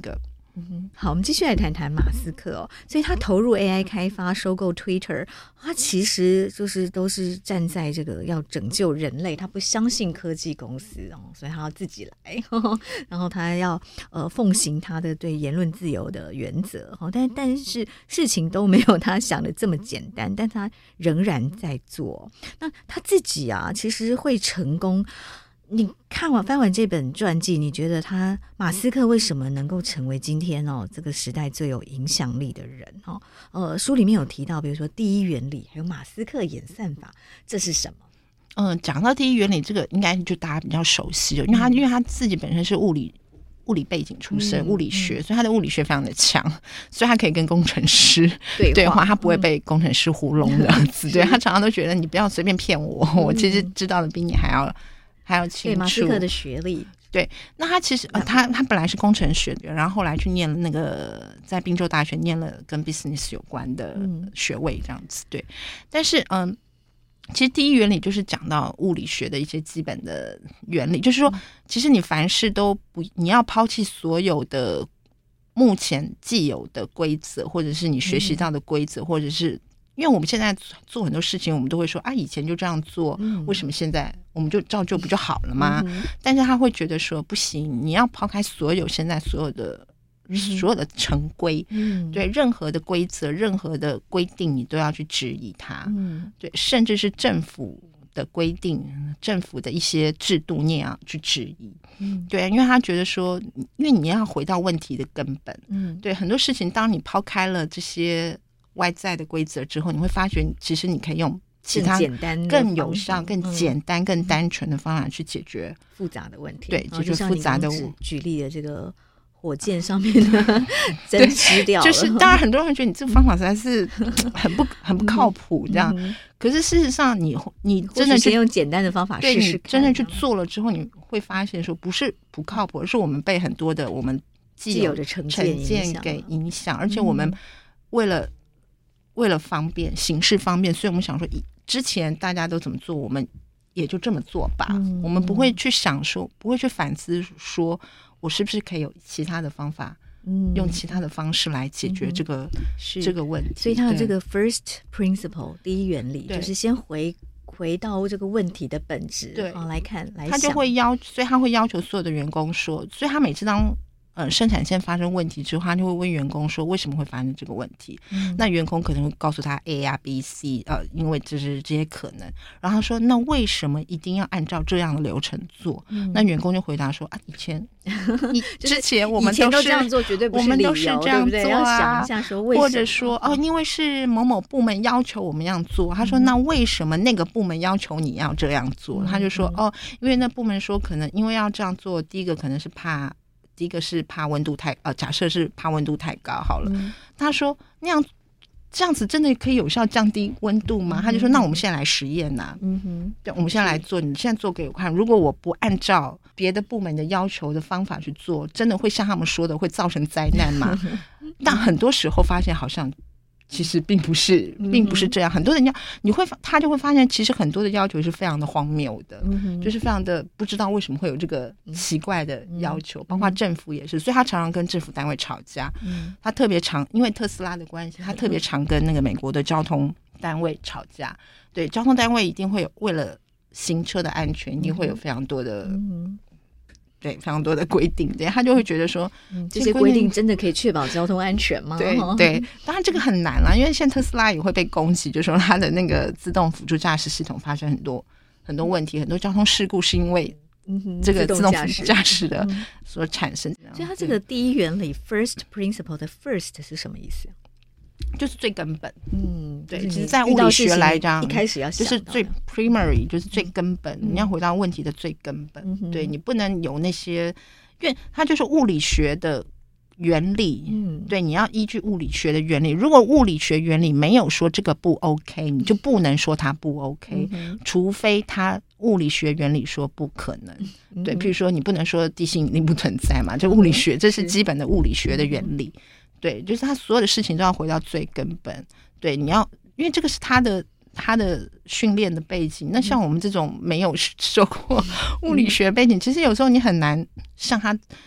嗯，好，我们继续来谈谈马斯克哦。所以他投入 A I 开发、收购 Twitter， 他其实就是都是站在这个要拯救人类，他不相信科技公司哦，所以他要自己来，呵呵然后他要呃奉行他的对言论自由的原则哈。但但是事情都没有他想的这么简单，但他仍然在做。那他自己啊，其实会成功。你看完翻完这本传记，你觉得他马斯克为什么能够成为今天哦这个时代最有影响力的人哦？呃，书里面有提到，比如说第一原理，还有马斯克演算法，这是什么？ 嗯，讲到第一原理，这个应该就大家比较熟悉了，因为他、嗯、因为他自己本身是物理物理背景出身，嗯、物理学、嗯，所以他的物理学非常的强，所以他可以跟工程师对话，他不会被工程师糊弄这样子。嗯、对他常常都觉得你不要随便骗我，嗯、我其实知道的比你还要。还有清楚， 对马斯克的学历， 对，那他其实呃，他他本来是工程学的，然后后来去念了那个在宾州大学念了跟 business 有关的学位，这样子，对。但是嗯、呃，其实第一原理就是讲到物理学的一些基本的原理，就是说，其实你凡事都不，你要抛弃所有的目前既有的规则，或者是你学习到的规则，嗯、或者是。因为我们现在做很多事情，我们都会说啊，以前就这样做，嗯、为什么现在我们就照旧不就好了吗？嗯、但是他会觉得说不行，你要抛开所有现在所有的、嗯、所有的成规，嗯、对任何的规则、任何的规定，你都要去质疑它，嗯、对，甚至是政府的规定、政府的一些制度，你也要去质疑，嗯、对，因为他觉得说，因为你要回到问题的根本，嗯、对，很多事情，当你抛开了这些。外在的规则之后，你会发觉其实你可以用其他更简单、 更有效、更简单、嗯、更单纯的方法去解决复杂的问题。 对，解决复杂的问题。 举例的这个火箭上面的针织掉了， 就是当然很多人会觉得你这个方法实在是很不很不靠谱，这样。嗯、可是事实上你，你你真的先用简单的方法试试看， 真的去做了之后，你会发现说不是不靠谱，而是我们被很多的我们既有的成见给影响，而且我们为了。为了方便形式方便，所以我们想说之前大家都怎么做我们也就这么做吧，嗯、我们不会去想说不会去反思说我是不是可以有其他的方法，嗯、用其他的方式来解决这个、嗯、这个问题。 所以他的这个 first principle 第一原理就是先回回到这个问题的本质，对、哦、来看来想， 他就会要所以他会要求所有的员工说，所以他每次当呃，生产线发生问题之后，他就会问员工说为什么会发生这个问题，嗯、那员工可能会告诉他 A 啊 B C 呃，因为这是这些可能，然后他说那为什么一定要按照这样的流程做，嗯、那员工就回答说啊，以前之前我们都是这样做，绝对不是理由， 我们都是这样做啊， 对不对？要想一下说为什么， 或者说哦，因为是某某部门要求我们要做，他说那为什么那个部门要求你要这样做，嗯、他就说哦，因为那部门说可能因为要这样做，第一个可能是怕第一个是怕温度太呃，假设是怕温度太高好了，嗯、他说那样这样子真的可以有效降低温度吗？嗯、他就说那我们现在来实验呐，啊，嗯哼，对，我们现在来做，你现在做给我看，如果我不按照别的部门的要求的方法去做，真的会像他们说的会造成灾难吗？但很多时候发现好像其实并不是，并不是这样。很多人要你会他就会发现，其实很多的要求是非常的荒谬的，嗯、就是非常的不知道为什么会有这个奇怪的要求，嗯、包括政府也是，所以他常常跟政府单位吵架。嗯、他特别常因为特斯拉的关系，他特别常跟那个美国的交通单位吵架。对，交通单位一定会有为了行车的安全，一定会有非常多的。嗯对，非常多的规定，对，他就会觉得说， 嗯、这些规定真的可以确保交通安全吗？ 对对，当然这个很难啦，因为现在特斯拉也会被攻击，就说它的那个自动辅助驾驶系统发生很多很多问题，很多交通事故是因为这个自动辅助驾驶的所产生。 嗯、所以它这个第一原理 first principle 的 first 是什么意思？ 就是最根本，嗯，对，其实在物理学来讲， 一开始要想就是最 primary， 就是最根本，嗯、你要回到问题的最根本，嗯、对你不能有那些，因为它就是物理学的原理，嗯，对，你要依据物理学的原理。如果物理学原理没有说这个不 OK， 你就不能说它不 OK，嗯、除非它物理学原理说不可能。嗯、对，譬如说你不能说地心引力不存在嘛，就物理学，嗯、这是基本的物理学的原理。嗯对，就是他所有的事情都要回到最根本。对，你要，因为这个是他的他的训练的背景。那像我们这种没有受过物理学背景，嗯、其实有时候你很难像他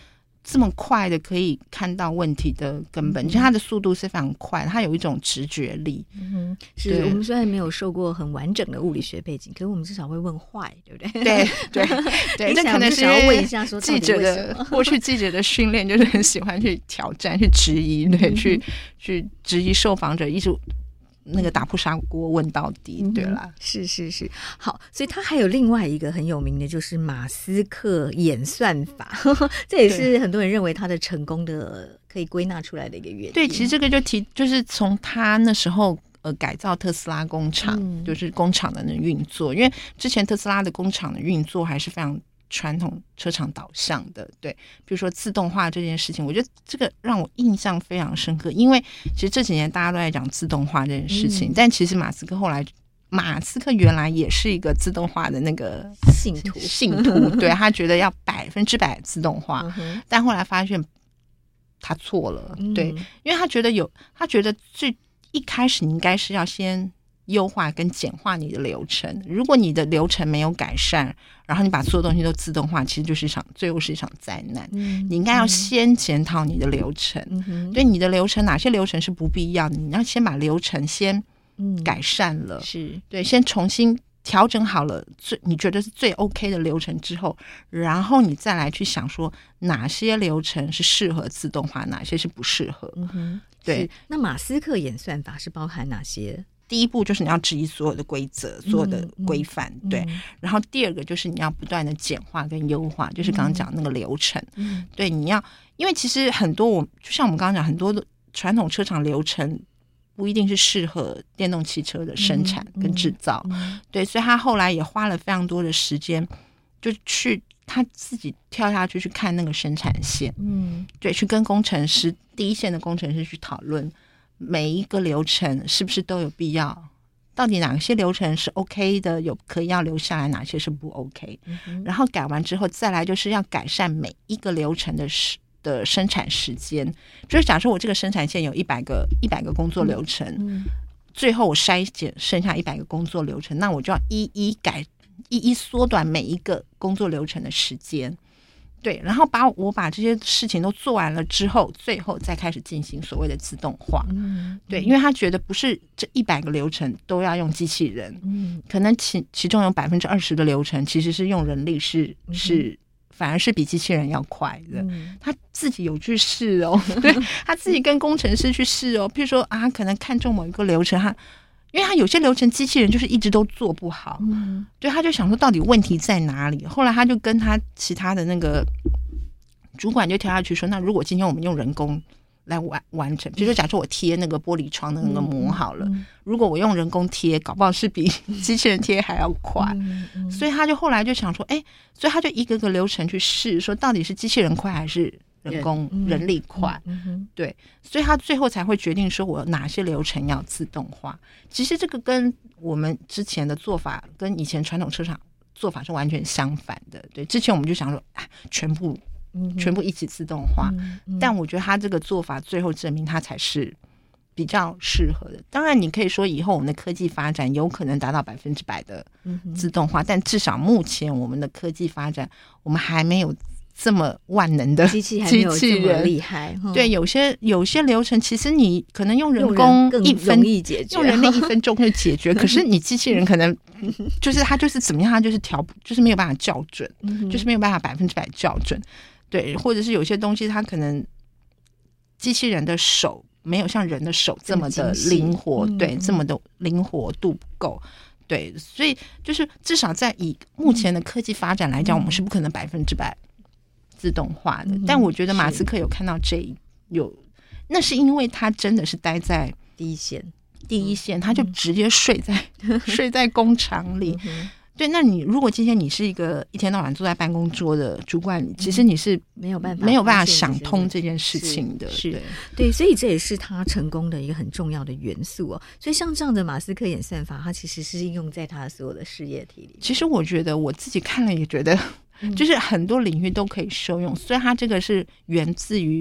这么快的可以看到问题的根本，其实他的速度是非常快，他有一种直觉力。 嗯，是我们虽然没有受过很完整的物理学背景，可是我们至少会问坏，对不对？ 对对对，这可能是要问一下说记者的过去记者的训练，就是很喜欢去挑战、去质疑，对，嗯、去去质疑受访者，一直那个打破砂锅问到底，对啦、嗯、 是是是。好，所以他还有另外一个很有名的就是马斯克演算法，这也是很多人认为他的成功的可以归纳出来的一个原因。 对，其实这个就提就是从他那时候呃改造特斯拉工厂、嗯、就是工厂的运作，因为之前特斯拉的工厂的运作还是非常传统车厂导向的，对，比如说自动化这件事情，我觉得这个让我印象非常深刻，因为其实这几年大家都在讲自动化这件事情、嗯、但其实马斯克后来马斯克原来也是一个自动化的那个信徒信徒对，他觉得要百分之百自动化、嗯、但后来发现他错了、嗯、对，因为他觉得有他觉得最一开始你应该是要先优化跟简化你的流程，如果你的流程没有改善，然后你把所有东西都自动化，其实就是一场最后是一场灾难、嗯、你应该要先检讨你的流程、嗯、对，你的流程哪些流程是不必要的，你要先把流程先改善了、嗯、是对，先重新调整好了最你觉得是最 OK 的流程之后，然后你再来去想说哪些流程是适合自动化，哪些是不适合、嗯、哼对。 那马斯克演算法是包含哪些？ 第一步就是你要质疑所有的规则、所有的规范、嗯、对、嗯、然后第二个就是你要不断的简化跟优化，就是刚刚讲那个流程、嗯、对，你要因为其实很多我就像我们刚刚讲很多的传统车厂流程不一定是适合电动汽车的生产跟制造、嗯嗯、对，所以他后来也花了非常多的时间就去他自己跳下去去看那个生产线，嗯，对，去跟工程师第一线的工程师去讨论每一个流程是不是都有必要，到底哪些流程是 OK 的，有可以要留下来，哪些是不 OK、嗯、然后改完之后再来就是要改善每一个流程的时的生产时间，就是假设我这个生产线有一百个一百个工作流程、嗯嗯、最后我筛减剩下一百个工作流程，那我就要一一改一一缩短每一个工作流程的时间，对，然后把我把这些事情都做完了之后，最后再开始进行所谓的自动化、嗯、对，因为他觉得不是这一百个流程都要用机器人、嗯、可能其其中有百分之二十的流程其实是用人力是、嗯、是反而是比机器人要快的、嗯、他自己有去试哦对，他自己跟工程师去试哦，譬如说啊，可能看中某一个流程，他因为他有些流程机器人就是一直都做不好，嗯，对，他就想说到底问题在哪里，后来他就跟他其他的那个主管就跳下去说，那如果今天我们用人工来完完成，比如说假设我贴那个玻璃窗的那个膜好了、嗯嗯、如果我用人工贴搞不好是比机器人贴还要快、嗯嗯、所以他就后来就想说哎，所以他就一个个流程去试，说到底是机器人快还是人工、嗯、人力快、嗯嗯、对，所以他最后才会决定说我哪些流程要自动化。其实这个跟我们之前的做法跟以前传统车厂做法是完全相反的，对，之前我们就想说全部全部一起自动化、嗯嗯、但我觉得他这个做法最后证明他才是比较适合的。当然你可以说以后我们的科技发展有可能达到百分之百的自动化、嗯、但至少目前我们的科技发展我们还没有这么万能的机器还没有这么厉害， 对，有些有些流程其实你可能用人工一分容易解决， 用人力一分钟就解决可是你机器人可能就是它就是怎么样，它就是调就是没有办法校准、嗯、就是没有办法百分之百校准，对，或者是有些东西它可能机器人的手没有像人的手这么的灵活，对，这么的灵活度不够，对，所以就是至少在以目前的科技发展来讲、嗯、我们是不可能百分之百自动化的、嗯、但我觉得马斯克有看到这一有，那是因为他真的是待在第一线第一线、嗯、他就直接睡在、嗯、睡在工厂里、嗯、对，那你如果今天你是一个一天到晚坐在办公桌的主管，其实你是没有办法没有办法想通这件事情的， 是，是， 对， 对，所以这也是他成功的一个很重要的元素哦。所以像这样的马斯克演算法，它其实是应用在他所有的事业体里。 其实我觉得我自己看了也觉得就是很多领域都可以受用，虽然它这个是源自于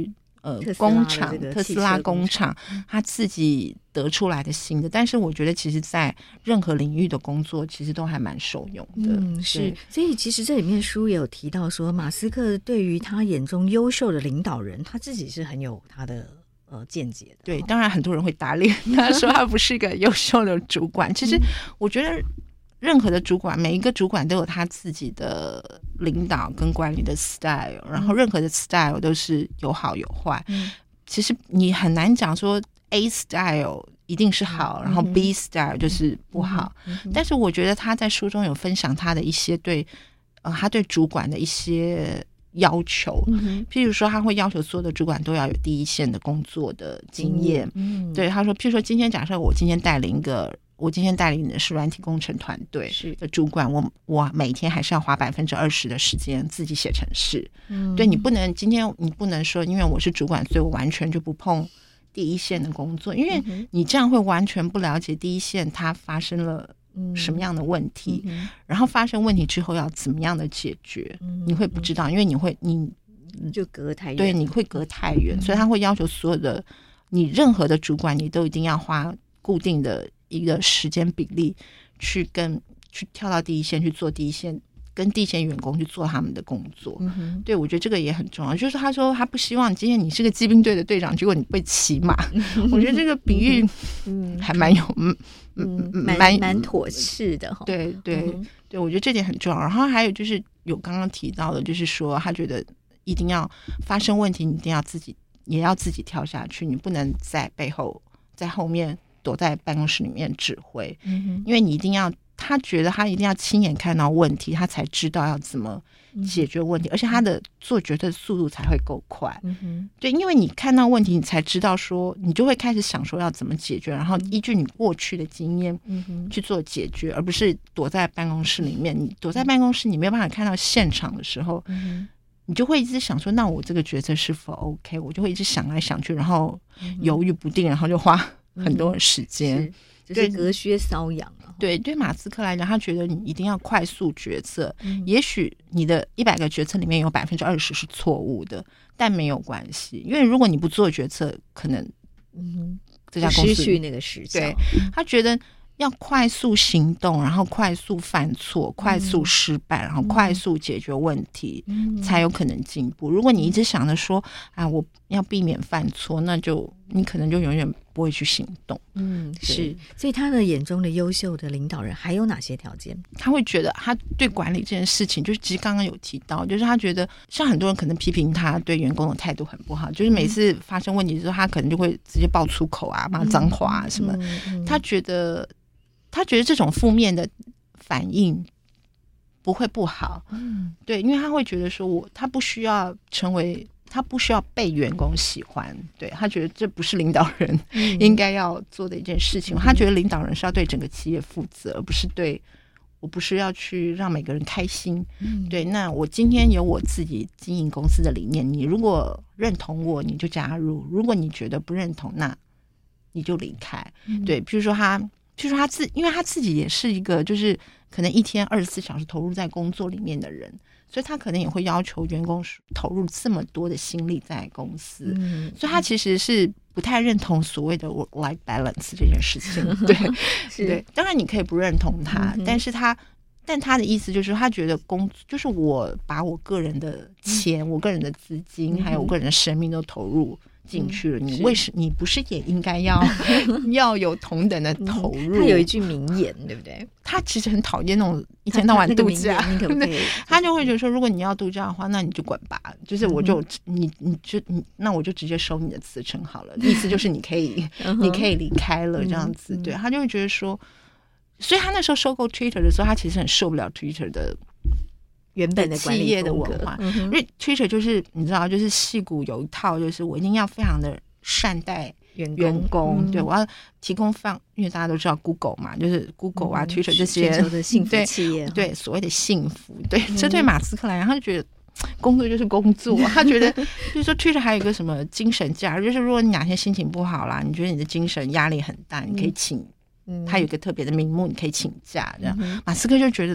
呃工厂，特斯拉工厂他自己得出来的新的，但是我觉得其实在任何领域的工作其实都还蛮受用的。 嗯，是。所以其实这里面书也有提到说，马斯克对于他眼中优秀的领导人，他自己是很有他的呃见解的。 对，当然很多人会打脸他说他不是一个优秀的主管。其实我觉得任何的主管，每一个主管都有他自己的领导跟管理的 style， 然后任何的 style 都是有好有坏。嗯，其实你很难讲说 A style 一定是好，然后 B style 就是不好。嗯嗯，但是我觉得他在书中有分享他的一些对呃他对主管的一些要求，嗯，譬如说他会要求所有的主管都要有第一线的工作的经验。嗯，对，他说譬如说今天假设我今天带领一个我今天带领的是软体工程团队的主管，我我每天还是要花百分之二十的时间自己写程式。嗯，对，你不能今天你不能说因为我是主管，所以我完全就不碰第一线的工作，因为你这样会完全不了解第一线它发生了什么样的问题，嗯，然后发生问题之后要怎么样的解决，嗯，你会不知道，因为你会你就隔太远， 对，你会隔太远，嗯，所以他会要求所有的你任何的主管，你都一定要花固定的一个时间比例去跟去跳到第一线去做第一线跟第一线员工去做他们的工作。嗯，对，我觉得这个也很重要。就是他说他不希望今天你是个骑兵队的队长，结果你被骑马。我觉得这个比喻嗯还蛮有嗯嗯蛮蛮妥适的。 对对，嗯，对，我觉得这点很重要。然后还有就是有刚刚提到的，就是说他觉得一定要发生问题，你一定要自己也要自己跳下去，你不能在背后在后面躲在办公室里面指挥。嗯，因为你一定要他觉得他一定要亲眼看到问题，他才知道要怎么解决问题，嗯，而且他的做决策速度才会够快。嗯，对，因为你看到问题，你才知道说，你就会开始想说要怎么解决，然后依据你过去的经验去做解决，而不是躲在办公室里面。你躲在办公室，你没有办法看到现场的时候，嗯，你就会一直想说，那我这个决策是否 OK？ 我就会一直想来想去，然后犹豫不定，然后就花很多时间。嗯， 就是隔靴搔痒。 对，对马斯克来讲，他觉得你一定要快速决策。嗯，也许你的一百个决策里面有百分之二十是错误的，但没有关系，因为如果你不做决策，可能嗯这家公司失去那个时效。 对，他觉得要快速行动，然后快速犯错，快速失败，然后快速解决问题，嗯，才有可能进步。如果你一直想着说啊，我要避免犯错，那就你可能就永远不会去行动。 嗯，是。所以他的眼中的优秀的领导人还有哪些条件？ 他会觉得他对管理这件事情，就是其实刚刚有提到，就是他觉得像很多人可能批评他对员工的态度很不好，就是每次发生问题的时候，他可能就会直接爆粗口啊，骂脏话啊什么。嗯嗯，他觉得他觉得这种负面的反应不会不好。嗯，对，因为他会觉得说我他不需要成为。他不需要被员工喜欢，对，他觉得这不是领导人应该要做的一件事情。嗯，他觉得领导人是要对整个企业负责，而不是对我不是要去让每个人开心。嗯，对，那我今天有我自己经营公司的理念，你如果认同我，你就加入；如果你觉得不认同，那你就离开。嗯，对，比如说他，譬如说他自，因为他自己也是一个就是可能一天二十四小时投入在工作里面的人。所以他可能也会要求员工投入这么多的心力在公司。嗯，所以他其实是不太认同所谓的 work-life balance 这件事情。对，对，当然你可以不认同他，嗯，但是他，但他的意思就是他觉得工就是我把我个人的钱、嗯、我个人的资金、嗯、还有我个人的生命都投入进去了，嗯，你为什你不是也应该要要有同等的投入？ 嗯，他有一句名言，对不对？ 他其实很讨厌那种一天到晚度假， 你可不可以？ 他就会觉得说，如果你要度假的话，那你就滚吧，就是我就，嗯，你你就你那我就直接收你的辞呈好了，意思就是你可以你可以离开了这样子。对，他就会觉得说，所以他那时候收购 Twitter 的时候，他其实很受不了 Twitter 的。 原本的企业的文化，嗯，因为 Twitter 就是你知道，就是矽谷有一套，就是我一定要非常的善待员工，员工嗯，对我要提供放，因为大家都知道 Google 嘛，就是 Google 啊，嗯，Twitter 这些全球的幸福企业， 对，对所谓的幸福，对，嗯，这对马斯克来讲，他就觉得工作就是工作，他觉得就是说 Twitter 还有一个什么精神假，就是如果你哪天心情不好啦，你觉得你的精神压力很大，你可以请，嗯，他有一个特别的名目，你可以请假这样，嗯，马斯克就觉得。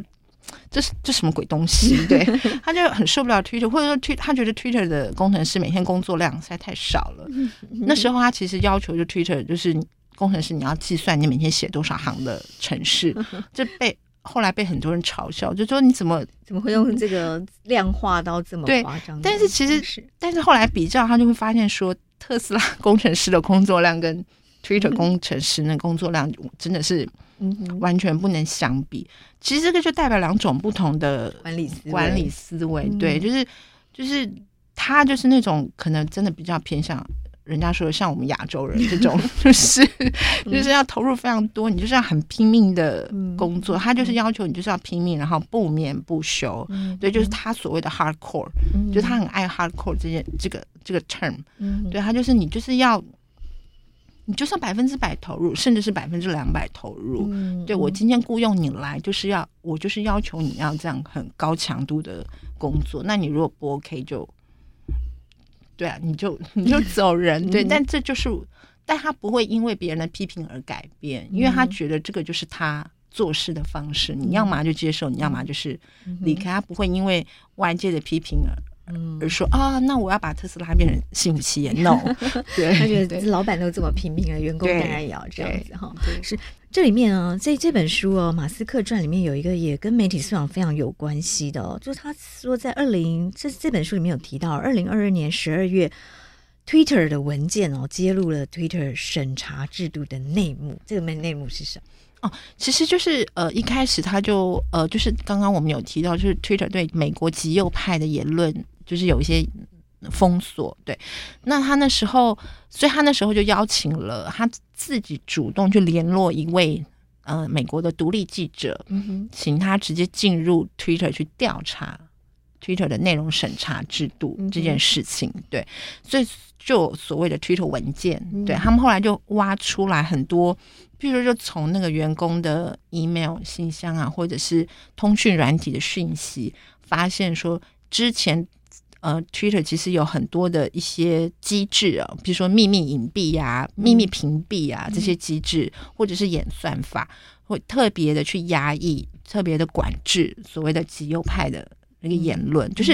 这是这什么鬼东西？对，他就很受不了 Twitter， 或者说他觉得 Twitter 的工程师每天工作量实在太少了。那时候他其实要求就 Twitter 就是工程师你要计算你每天写多少行的程式，这被后来被很多人嘲笑，就说你怎么怎么会用这个量化到这么夸张？ 但是其实，但是后来比较，他就会发现说，特斯拉工程师的工作量跟 Twitter 工程师的工作量真的是完全不能相比。其实这个就代表两种不同的管理思维， 管理思维，对，就是就是他就是那种可能真的比较偏向。人家说像我们亚洲人这种就是就是要投入非常多，你就是要很拼命的工作，他就是要求你就是要拼命，然后不眠不休，对，就是他所谓的 hardcore， 就是他很爱 hardcore 这件这个这个 term， 对，他就是你就是要你就是要百分之百投入，甚至是百分之两百投入，对，我今天雇佣你来就是要我就是要求你要这样很高强度的工作，那你如果不 OK 就对啊，你就你就走人，对，但这就是，但他不会因为别人的批评而改变，因为他觉得这个就是他做事的方式，你要么就接受，你要么就是离开，他不会因为外界的批评而。而说啊，那我要把特斯拉变成幸福企业 ，no， 对， 他觉得老板都这么拼命了，员工当然也要这样子哈。是这里面啊，在这本书哦，《马斯克传》里面有一个也跟媒体素养非常有关系的哦，就是他说在二零这这本书里面有提到，二零二二年十二月 ，Twitter 的文件哦揭露了 Twitter 审查制度的内幕，这个内幕是什么？ 哦，其实就是呃，一开始他就呃，就是刚刚我们有提到，就是 Twitter 对美国极右派的言论。就是有一些封锁，对，那他那时候，所以他那时候就邀请了他自己主动去联络一位呃美国的独立记者，嗯、请他直接进入 Twitter 去调查 Twitter 的内容审查制度这件事情，嗯、对，所以就有所谓的 Twitter 文件，嗯、对他们后来就挖出来很多，比如说就从那个员工的 email 信箱啊，或者是通讯软体的讯息，发现说之前。呃 ，Twitter 其实有很多的一些机制啊，比如说秘密隐蔽啊、嗯、秘密屏蔽啊这些机制，或者是演算法，会特别的去压抑、特别的管制所谓的极右派的那个言论。嗯、就是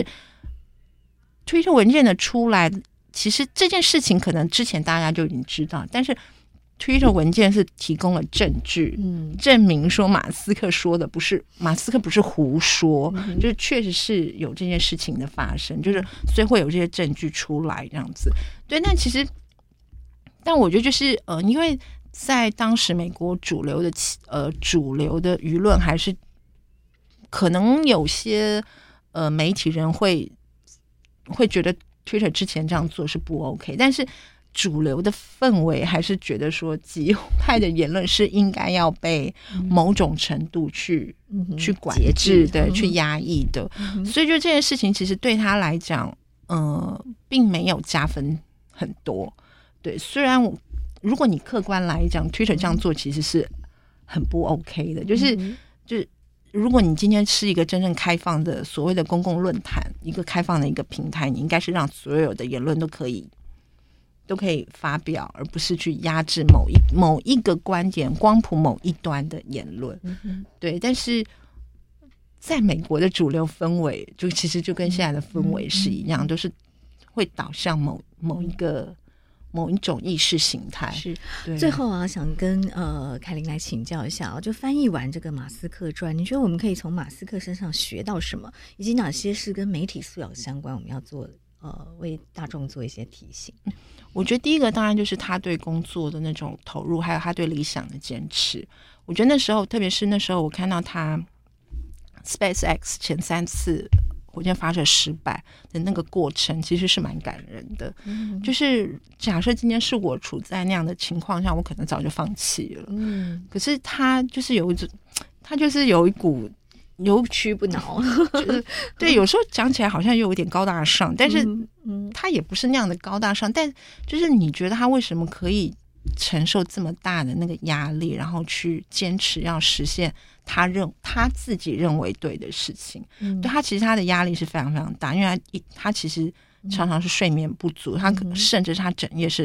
Twitter 文件的出来，其实这件事情可能之前大家就已经知道，但是。Twitter 文件是提供了证据，嗯，证明说马斯克说的不是马斯克不是胡说，嗯、就是确实是有这件事情的发生，就是所以会有这些证据出来这样子。对，那其实，但我觉得就是呃，因为在当时美国主流的呃主流的舆论还是可能有些呃媒体人会会觉得 Twitter 之前这样做是不 OK， 但是。主流的氛围还是觉得说极右派的言论是应该要被某种程度去、嗯、去管制的、嗯、去压抑的、嗯、所以就这件事情其实对他来讲呃，并没有加分很多。对，虽然我如果你客观来讲 Twitter 这样做其实是很不 OK 的，就是、嗯、就是如果你今天是一个真正开放的所谓的公共论坛，一个开放的一个平台，你应该是让所有的言论都可以都可以发表，而不是去压制某一某一个观点、光谱某一端的言论。嗯、对，但是在美国的主流氛围，就其实就跟现在的氛围是一样，嗯、都是会导向某某一个某一种意识形态。 是，最后啊，想跟呃凯琳来请教一下啊，就翻译完这个马斯克传，你觉得我们可以从马斯克身上学到什么，以及哪些是跟媒体素养相关，我们要做呃为大众做一些提醒？嗯我觉得第一个当然就是他对工作的那种投入，还有他对理想的坚持。我觉得那时候，特别是那时候我看到他 SpaceX 前三次火箭发射失败的那个过程，其实是蛮感人的。嗯、就是假设今天是我处在那样的情况下，我可能早就放弃了。嗯，可是他就是有一种，他就是有一股。 有屈不挠， 就是对，有时候讲起来好像又有点高大上，但是他也不是那样的高大上。但就是你觉得他为什么可以承受这么大的那个压力，然后去坚持要实现他认他自己认为对的事情？嗯、对他其实他的压力是非常非常大，因为他他其实常常是睡眠不足，他甚至他整夜是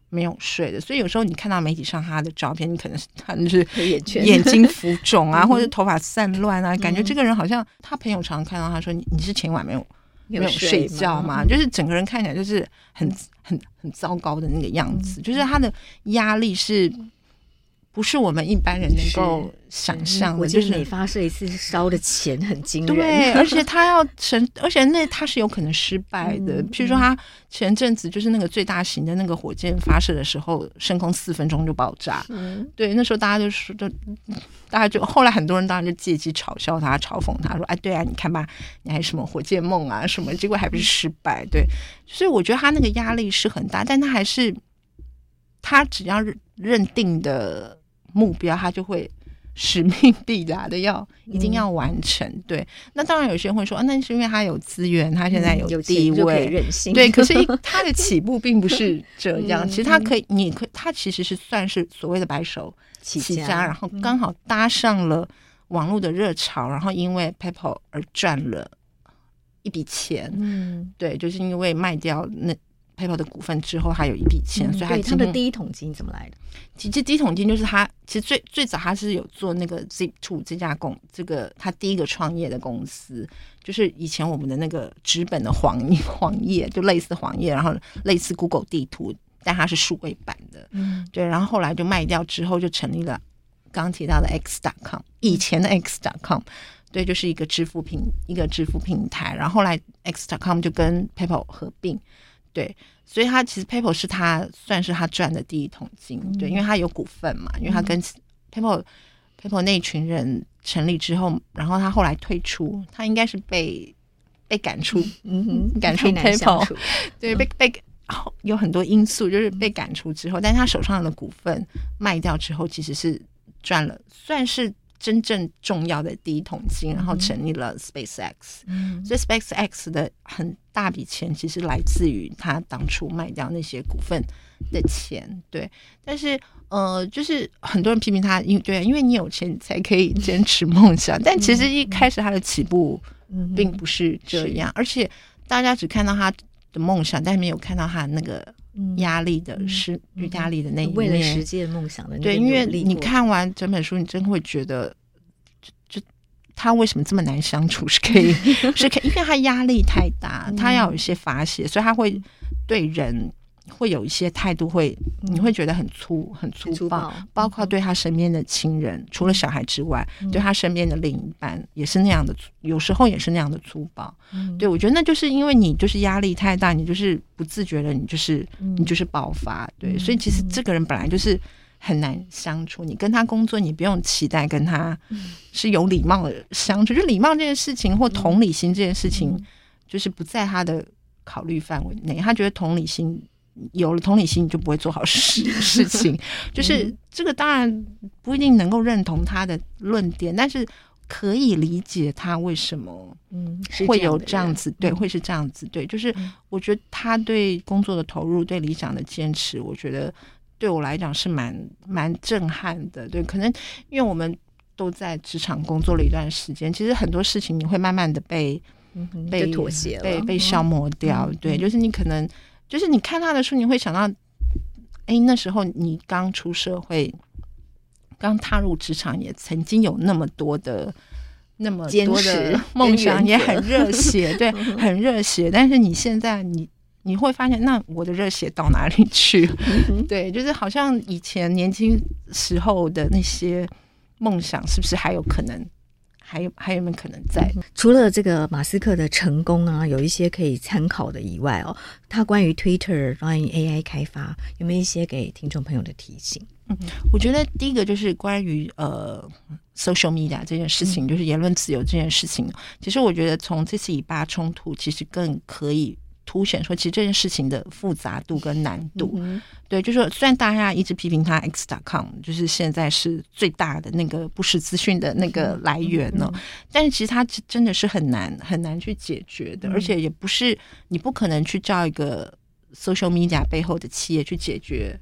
没有睡的，所以有时候你看到媒体上他的照片，你可能是他就是眼圈眼睛浮肿啊，或者头发散乱啊，感觉这个人好像他朋友常看到他说你你是前晚没有没有睡觉嘛，就是整个人看起来就是很很很糟糕的那个样子，就是他的压力是不是我们一般人能够想象的？ 我就是美发摄一次烧的钱很惊人， 对，而且他要成，而且那他是有可能失败的。嗯、譬如说，他前阵子就是那个最大型的那个火箭发射的时候，升空四分钟就爆炸。嗯、对，那时候大家就说，就大家就后来很多人当然就借机嘲笑他、嘲讽他说：“哎，对啊，你看吧，你还什么火箭梦啊什么，结果还不是失败。”对，所以我觉得他那个压力是很大，但他还是他只要认定的目标，他就会使命必达的要一定要完成。嗯、对，那当然有些人会说，啊，那是因为他有资源，他现在有地位， 嗯、任性。 对，可是他的起步并不是这样。嗯、其实他可以，你可他其实是算是所谓的白手起家，起家然后刚好搭上了网络的热潮，然后因为 PayPal 而赚了一笔钱。嗯，对，就是因为卖掉那PayPal 的股份之后，还有一笔钱，嗯、所以他他的第一桶金怎么来的？ 其实第一桶金就是他，其实最最早他是有做那个 Zip 二 这家公，这个他第一个创业的公司，就是以前我们的那个纸本的黄黄页，就类似黄页，然后类似 Google 地图，但它是数位版的，嗯，对，然后后来就卖掉之后，就成立了刚刚提到的 X 点 com， 以前的 X 点 com。对，就是一个支付平一个支付平台，然后后来 X 点 com 就跟 PayPal 合并。对，所以他其实 PayPal 是他算是他赚的第一桶金，嗯、对，因为他有股份嘛，因为他跟 PayPal PayPal 那一群人成立之后，然后他后来退出，他应该是被被赶出，嗯哼，赶出 PayPal， 对，被被有很多因素，就是被赶出之后，但是他手上的股份卖掉之后，其实是赚了，算是真正重要的第一桶金，然后成立了 SpaceX，嗯、所以 SpaceX 的很大笔钱其实来自于他当初卖掉那些股份的钱，对。但是呃，就是很多人批评他，因为对，因为你有钱你才可以坚持梦想，但其实一开始他的起步并不是这样，嗯、而且大家只看到他的梦想，但没有看到他那个压力的是压力的那一面， 为了实现梦想的那个对，因为你看完整本书，你真会觉得，就就他为什么这么难相处？是可以，是可以，因为他压力太大，他要有一些发泄，所以他会对人会有一些态度会，你会觉得很粗很粗暴，粗暴包括对他身边的亲人，除了小孩之外，嗯、对他身边的另一半也是那样的，有时候也是那样的粗暴。嗯、对，我觉得那就是因为你就是压力太大，你就是不自觉的，你就是、嗯、你就是爆发。对，所以其实这个人本来就是很难相处，你跟他工作，你不用期待跟他是有礼貌的相处，就礼貌这件事情或同理心这件事情，就是不在他的考虑范围内。他觉得同理心。有了同理心，你就不会做好事事情。就是这个，当然不一定能够认同他的论点，但是可以理解他为什么会有这样子，对，会是这样子，对。就是我觉得他对工作的投入，对理想的坚持，我觉得对我来讲是蛮蛮震撼的。对，可能因为我们都在职场工作了一段时间，其实很多事情你会慢慢的被被妥协了， 被被消磨掉。嗯、对，就是你可能。就是你看他的书，你会想到，哎，那时候你刚出社会，刚踏入职场，也曾经有那么多的、那么多的梦想，也很热血，对，很热血。但是你现在，你你会发现，那我的热血到哪里去？对，就是好像以前年轻时候的那些梦想，是不是还有可能？还有还有没有可能在？ 除了这个马斯克的成功啊，有一些可以参考的以外哦，他关于 Twitter 关于 A I 开发，有没有一些给听众朋友的提醒？ 嗯，我觉得第一个就是关于呃 social media 这件事情，嗯、就是言论自由这件事情。其实我觉得从这次以巴冲突，其实更可以凸显说，其实这件事情的复杂度跟难度。嗯、对，就是说虽然大家一直批评他 X 点 com 就是现在是最大的那个不实资讯的那个来源呢，嗯、但是其实它真的是很难很难去解决的，嗯、而且也不是你不可能去叫一个 social media 背后的企业去解决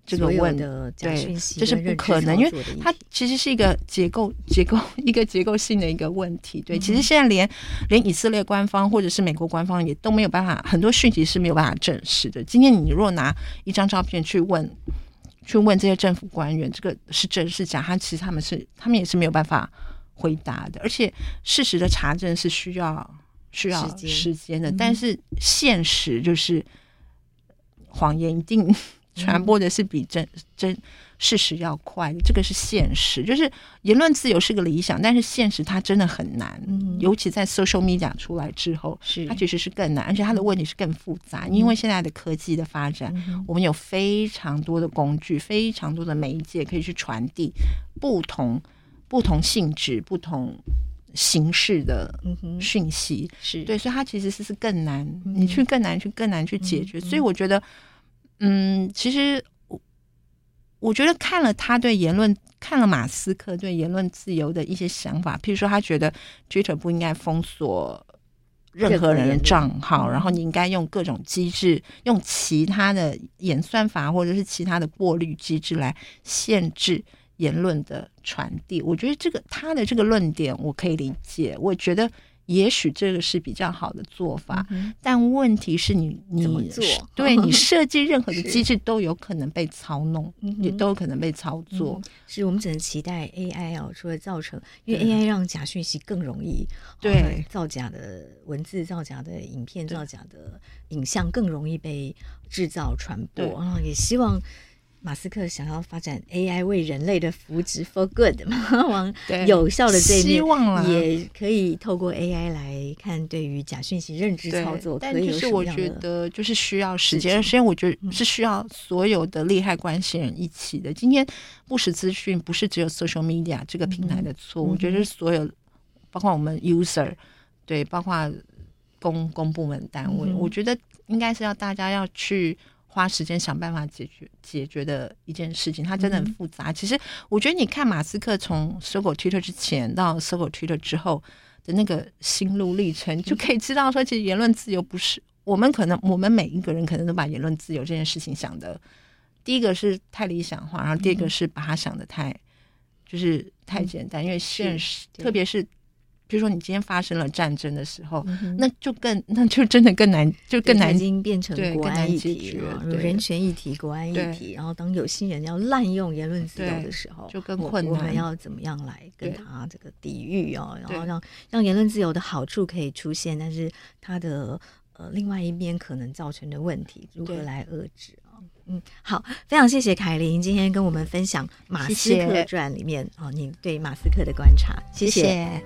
这个问的假讯息， 这是不可能，因为它其实是一个结构结构一个结构性的一个问题。对，嗯、其实现在连连以色列官方或者是美国官方也都没有办法，很多讯息是没有办法证实的。今天你若拿一张照片去问去问这些政府官员，这个是真是假，他其实他们是他们也是没有办法回答的。而且事实的查证是需要需要时间的，但是现实就是谎言一定传播的是比真真事实要快的，这个是现实。就是言论自由是个理想，但是现实它真的很难，嗯、尤其在 social media 出来之后，它其实是更难，而且它的问题是更复杂。嗯、因为现在的科技的发展，嗯、我们有非常多的工具，非常多的媒介可以去传递不同不同性质、不同形式的讯息，是对，所以它其实是是更难，嗯、你去更难去更难去解决。嗯、所以我觉得。嗯，其实我我觉得看了他对言论，看了马斯克对言论自由的一些想法，譬如说他觉得 Twitter 不应该封锁任何人的账号，然后你应该用各种机制，用其他的演算法或者是其他的过滤机制来限制言论的传递。我觉得这个他的这个论点我可以理解，我觉得。也许这个是比较好的做法，嗯、但问题是你你怎么做？ 对你设计任何的机制都有可能被操弄，也都有可能被操作。 嗯、是我们只能期待 A I 哦，除了造成，因为 A I 让假讯息更容易， 对、 哦、造假的文字、造假的影片、造假的影像更容易被制造传播，然后也希望。马斯克想要发展 A I 为人类的福祉 for good 嘛，往有效的这一面， 希望也可以透过 A I 来看对于假讯息认知操作可以有什么样的。 但就是我觉得就是需要时间，时间我觉得是需要所有的利害关系人一起的。今天不实资讯不是只有 social media 这个平台的错，嗯、我觉得是所有包括我们 user 对，包括公公部门单位，嗯、我觉得应该是要大家要去。花时间想办法解决解决的一件事情，它真的很复杂。嗯、其实我觉得你看马斯克从收购 Twitter 之前到收购 Twitter 之后的那个心路历程，就可以知道说，其实言论自由不是我们可能我们每一个人可能都把言论自由这件事情想的，第一个是太理想化，然后第二个是把它想的太就是太简单，因为现实特别是。比如说你今天发生了战争的时候，嗯、那就更那就真的更难，就更难， 已经变成国安议题了，人权议题、国安议题。然后当有心人要滥用言论自由的时候， 就更困难。 我们要怎么样来跟他这个抵御哦？然后让让言论自由的好处可以出现，但是它的呃另外一边可能造成的问题如何来遏制啊？嗯，好，非常谢谢凯琳今天跟我们分享马斯克传里面哦，你对马斯克的观察，谢谢。 谢谢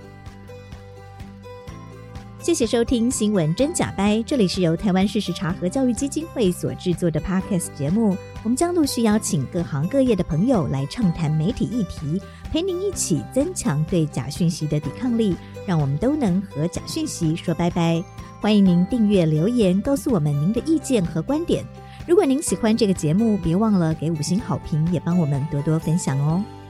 谢谢收听新闻真假掰，这里是由台湾事实查核教育基金会所制作的 Podcast 节目。我们将陆续邀请各行各业的朋友来畅谈媒体议题，陪您一起增强对假讯息的抵抗力，让我们都能和假讯息说拜拜。欢迎您订阅留言，告诉我们您的意见和观点。如果您喜欢这个节目，别忘了给五星好评，也帮我们多多分享哦。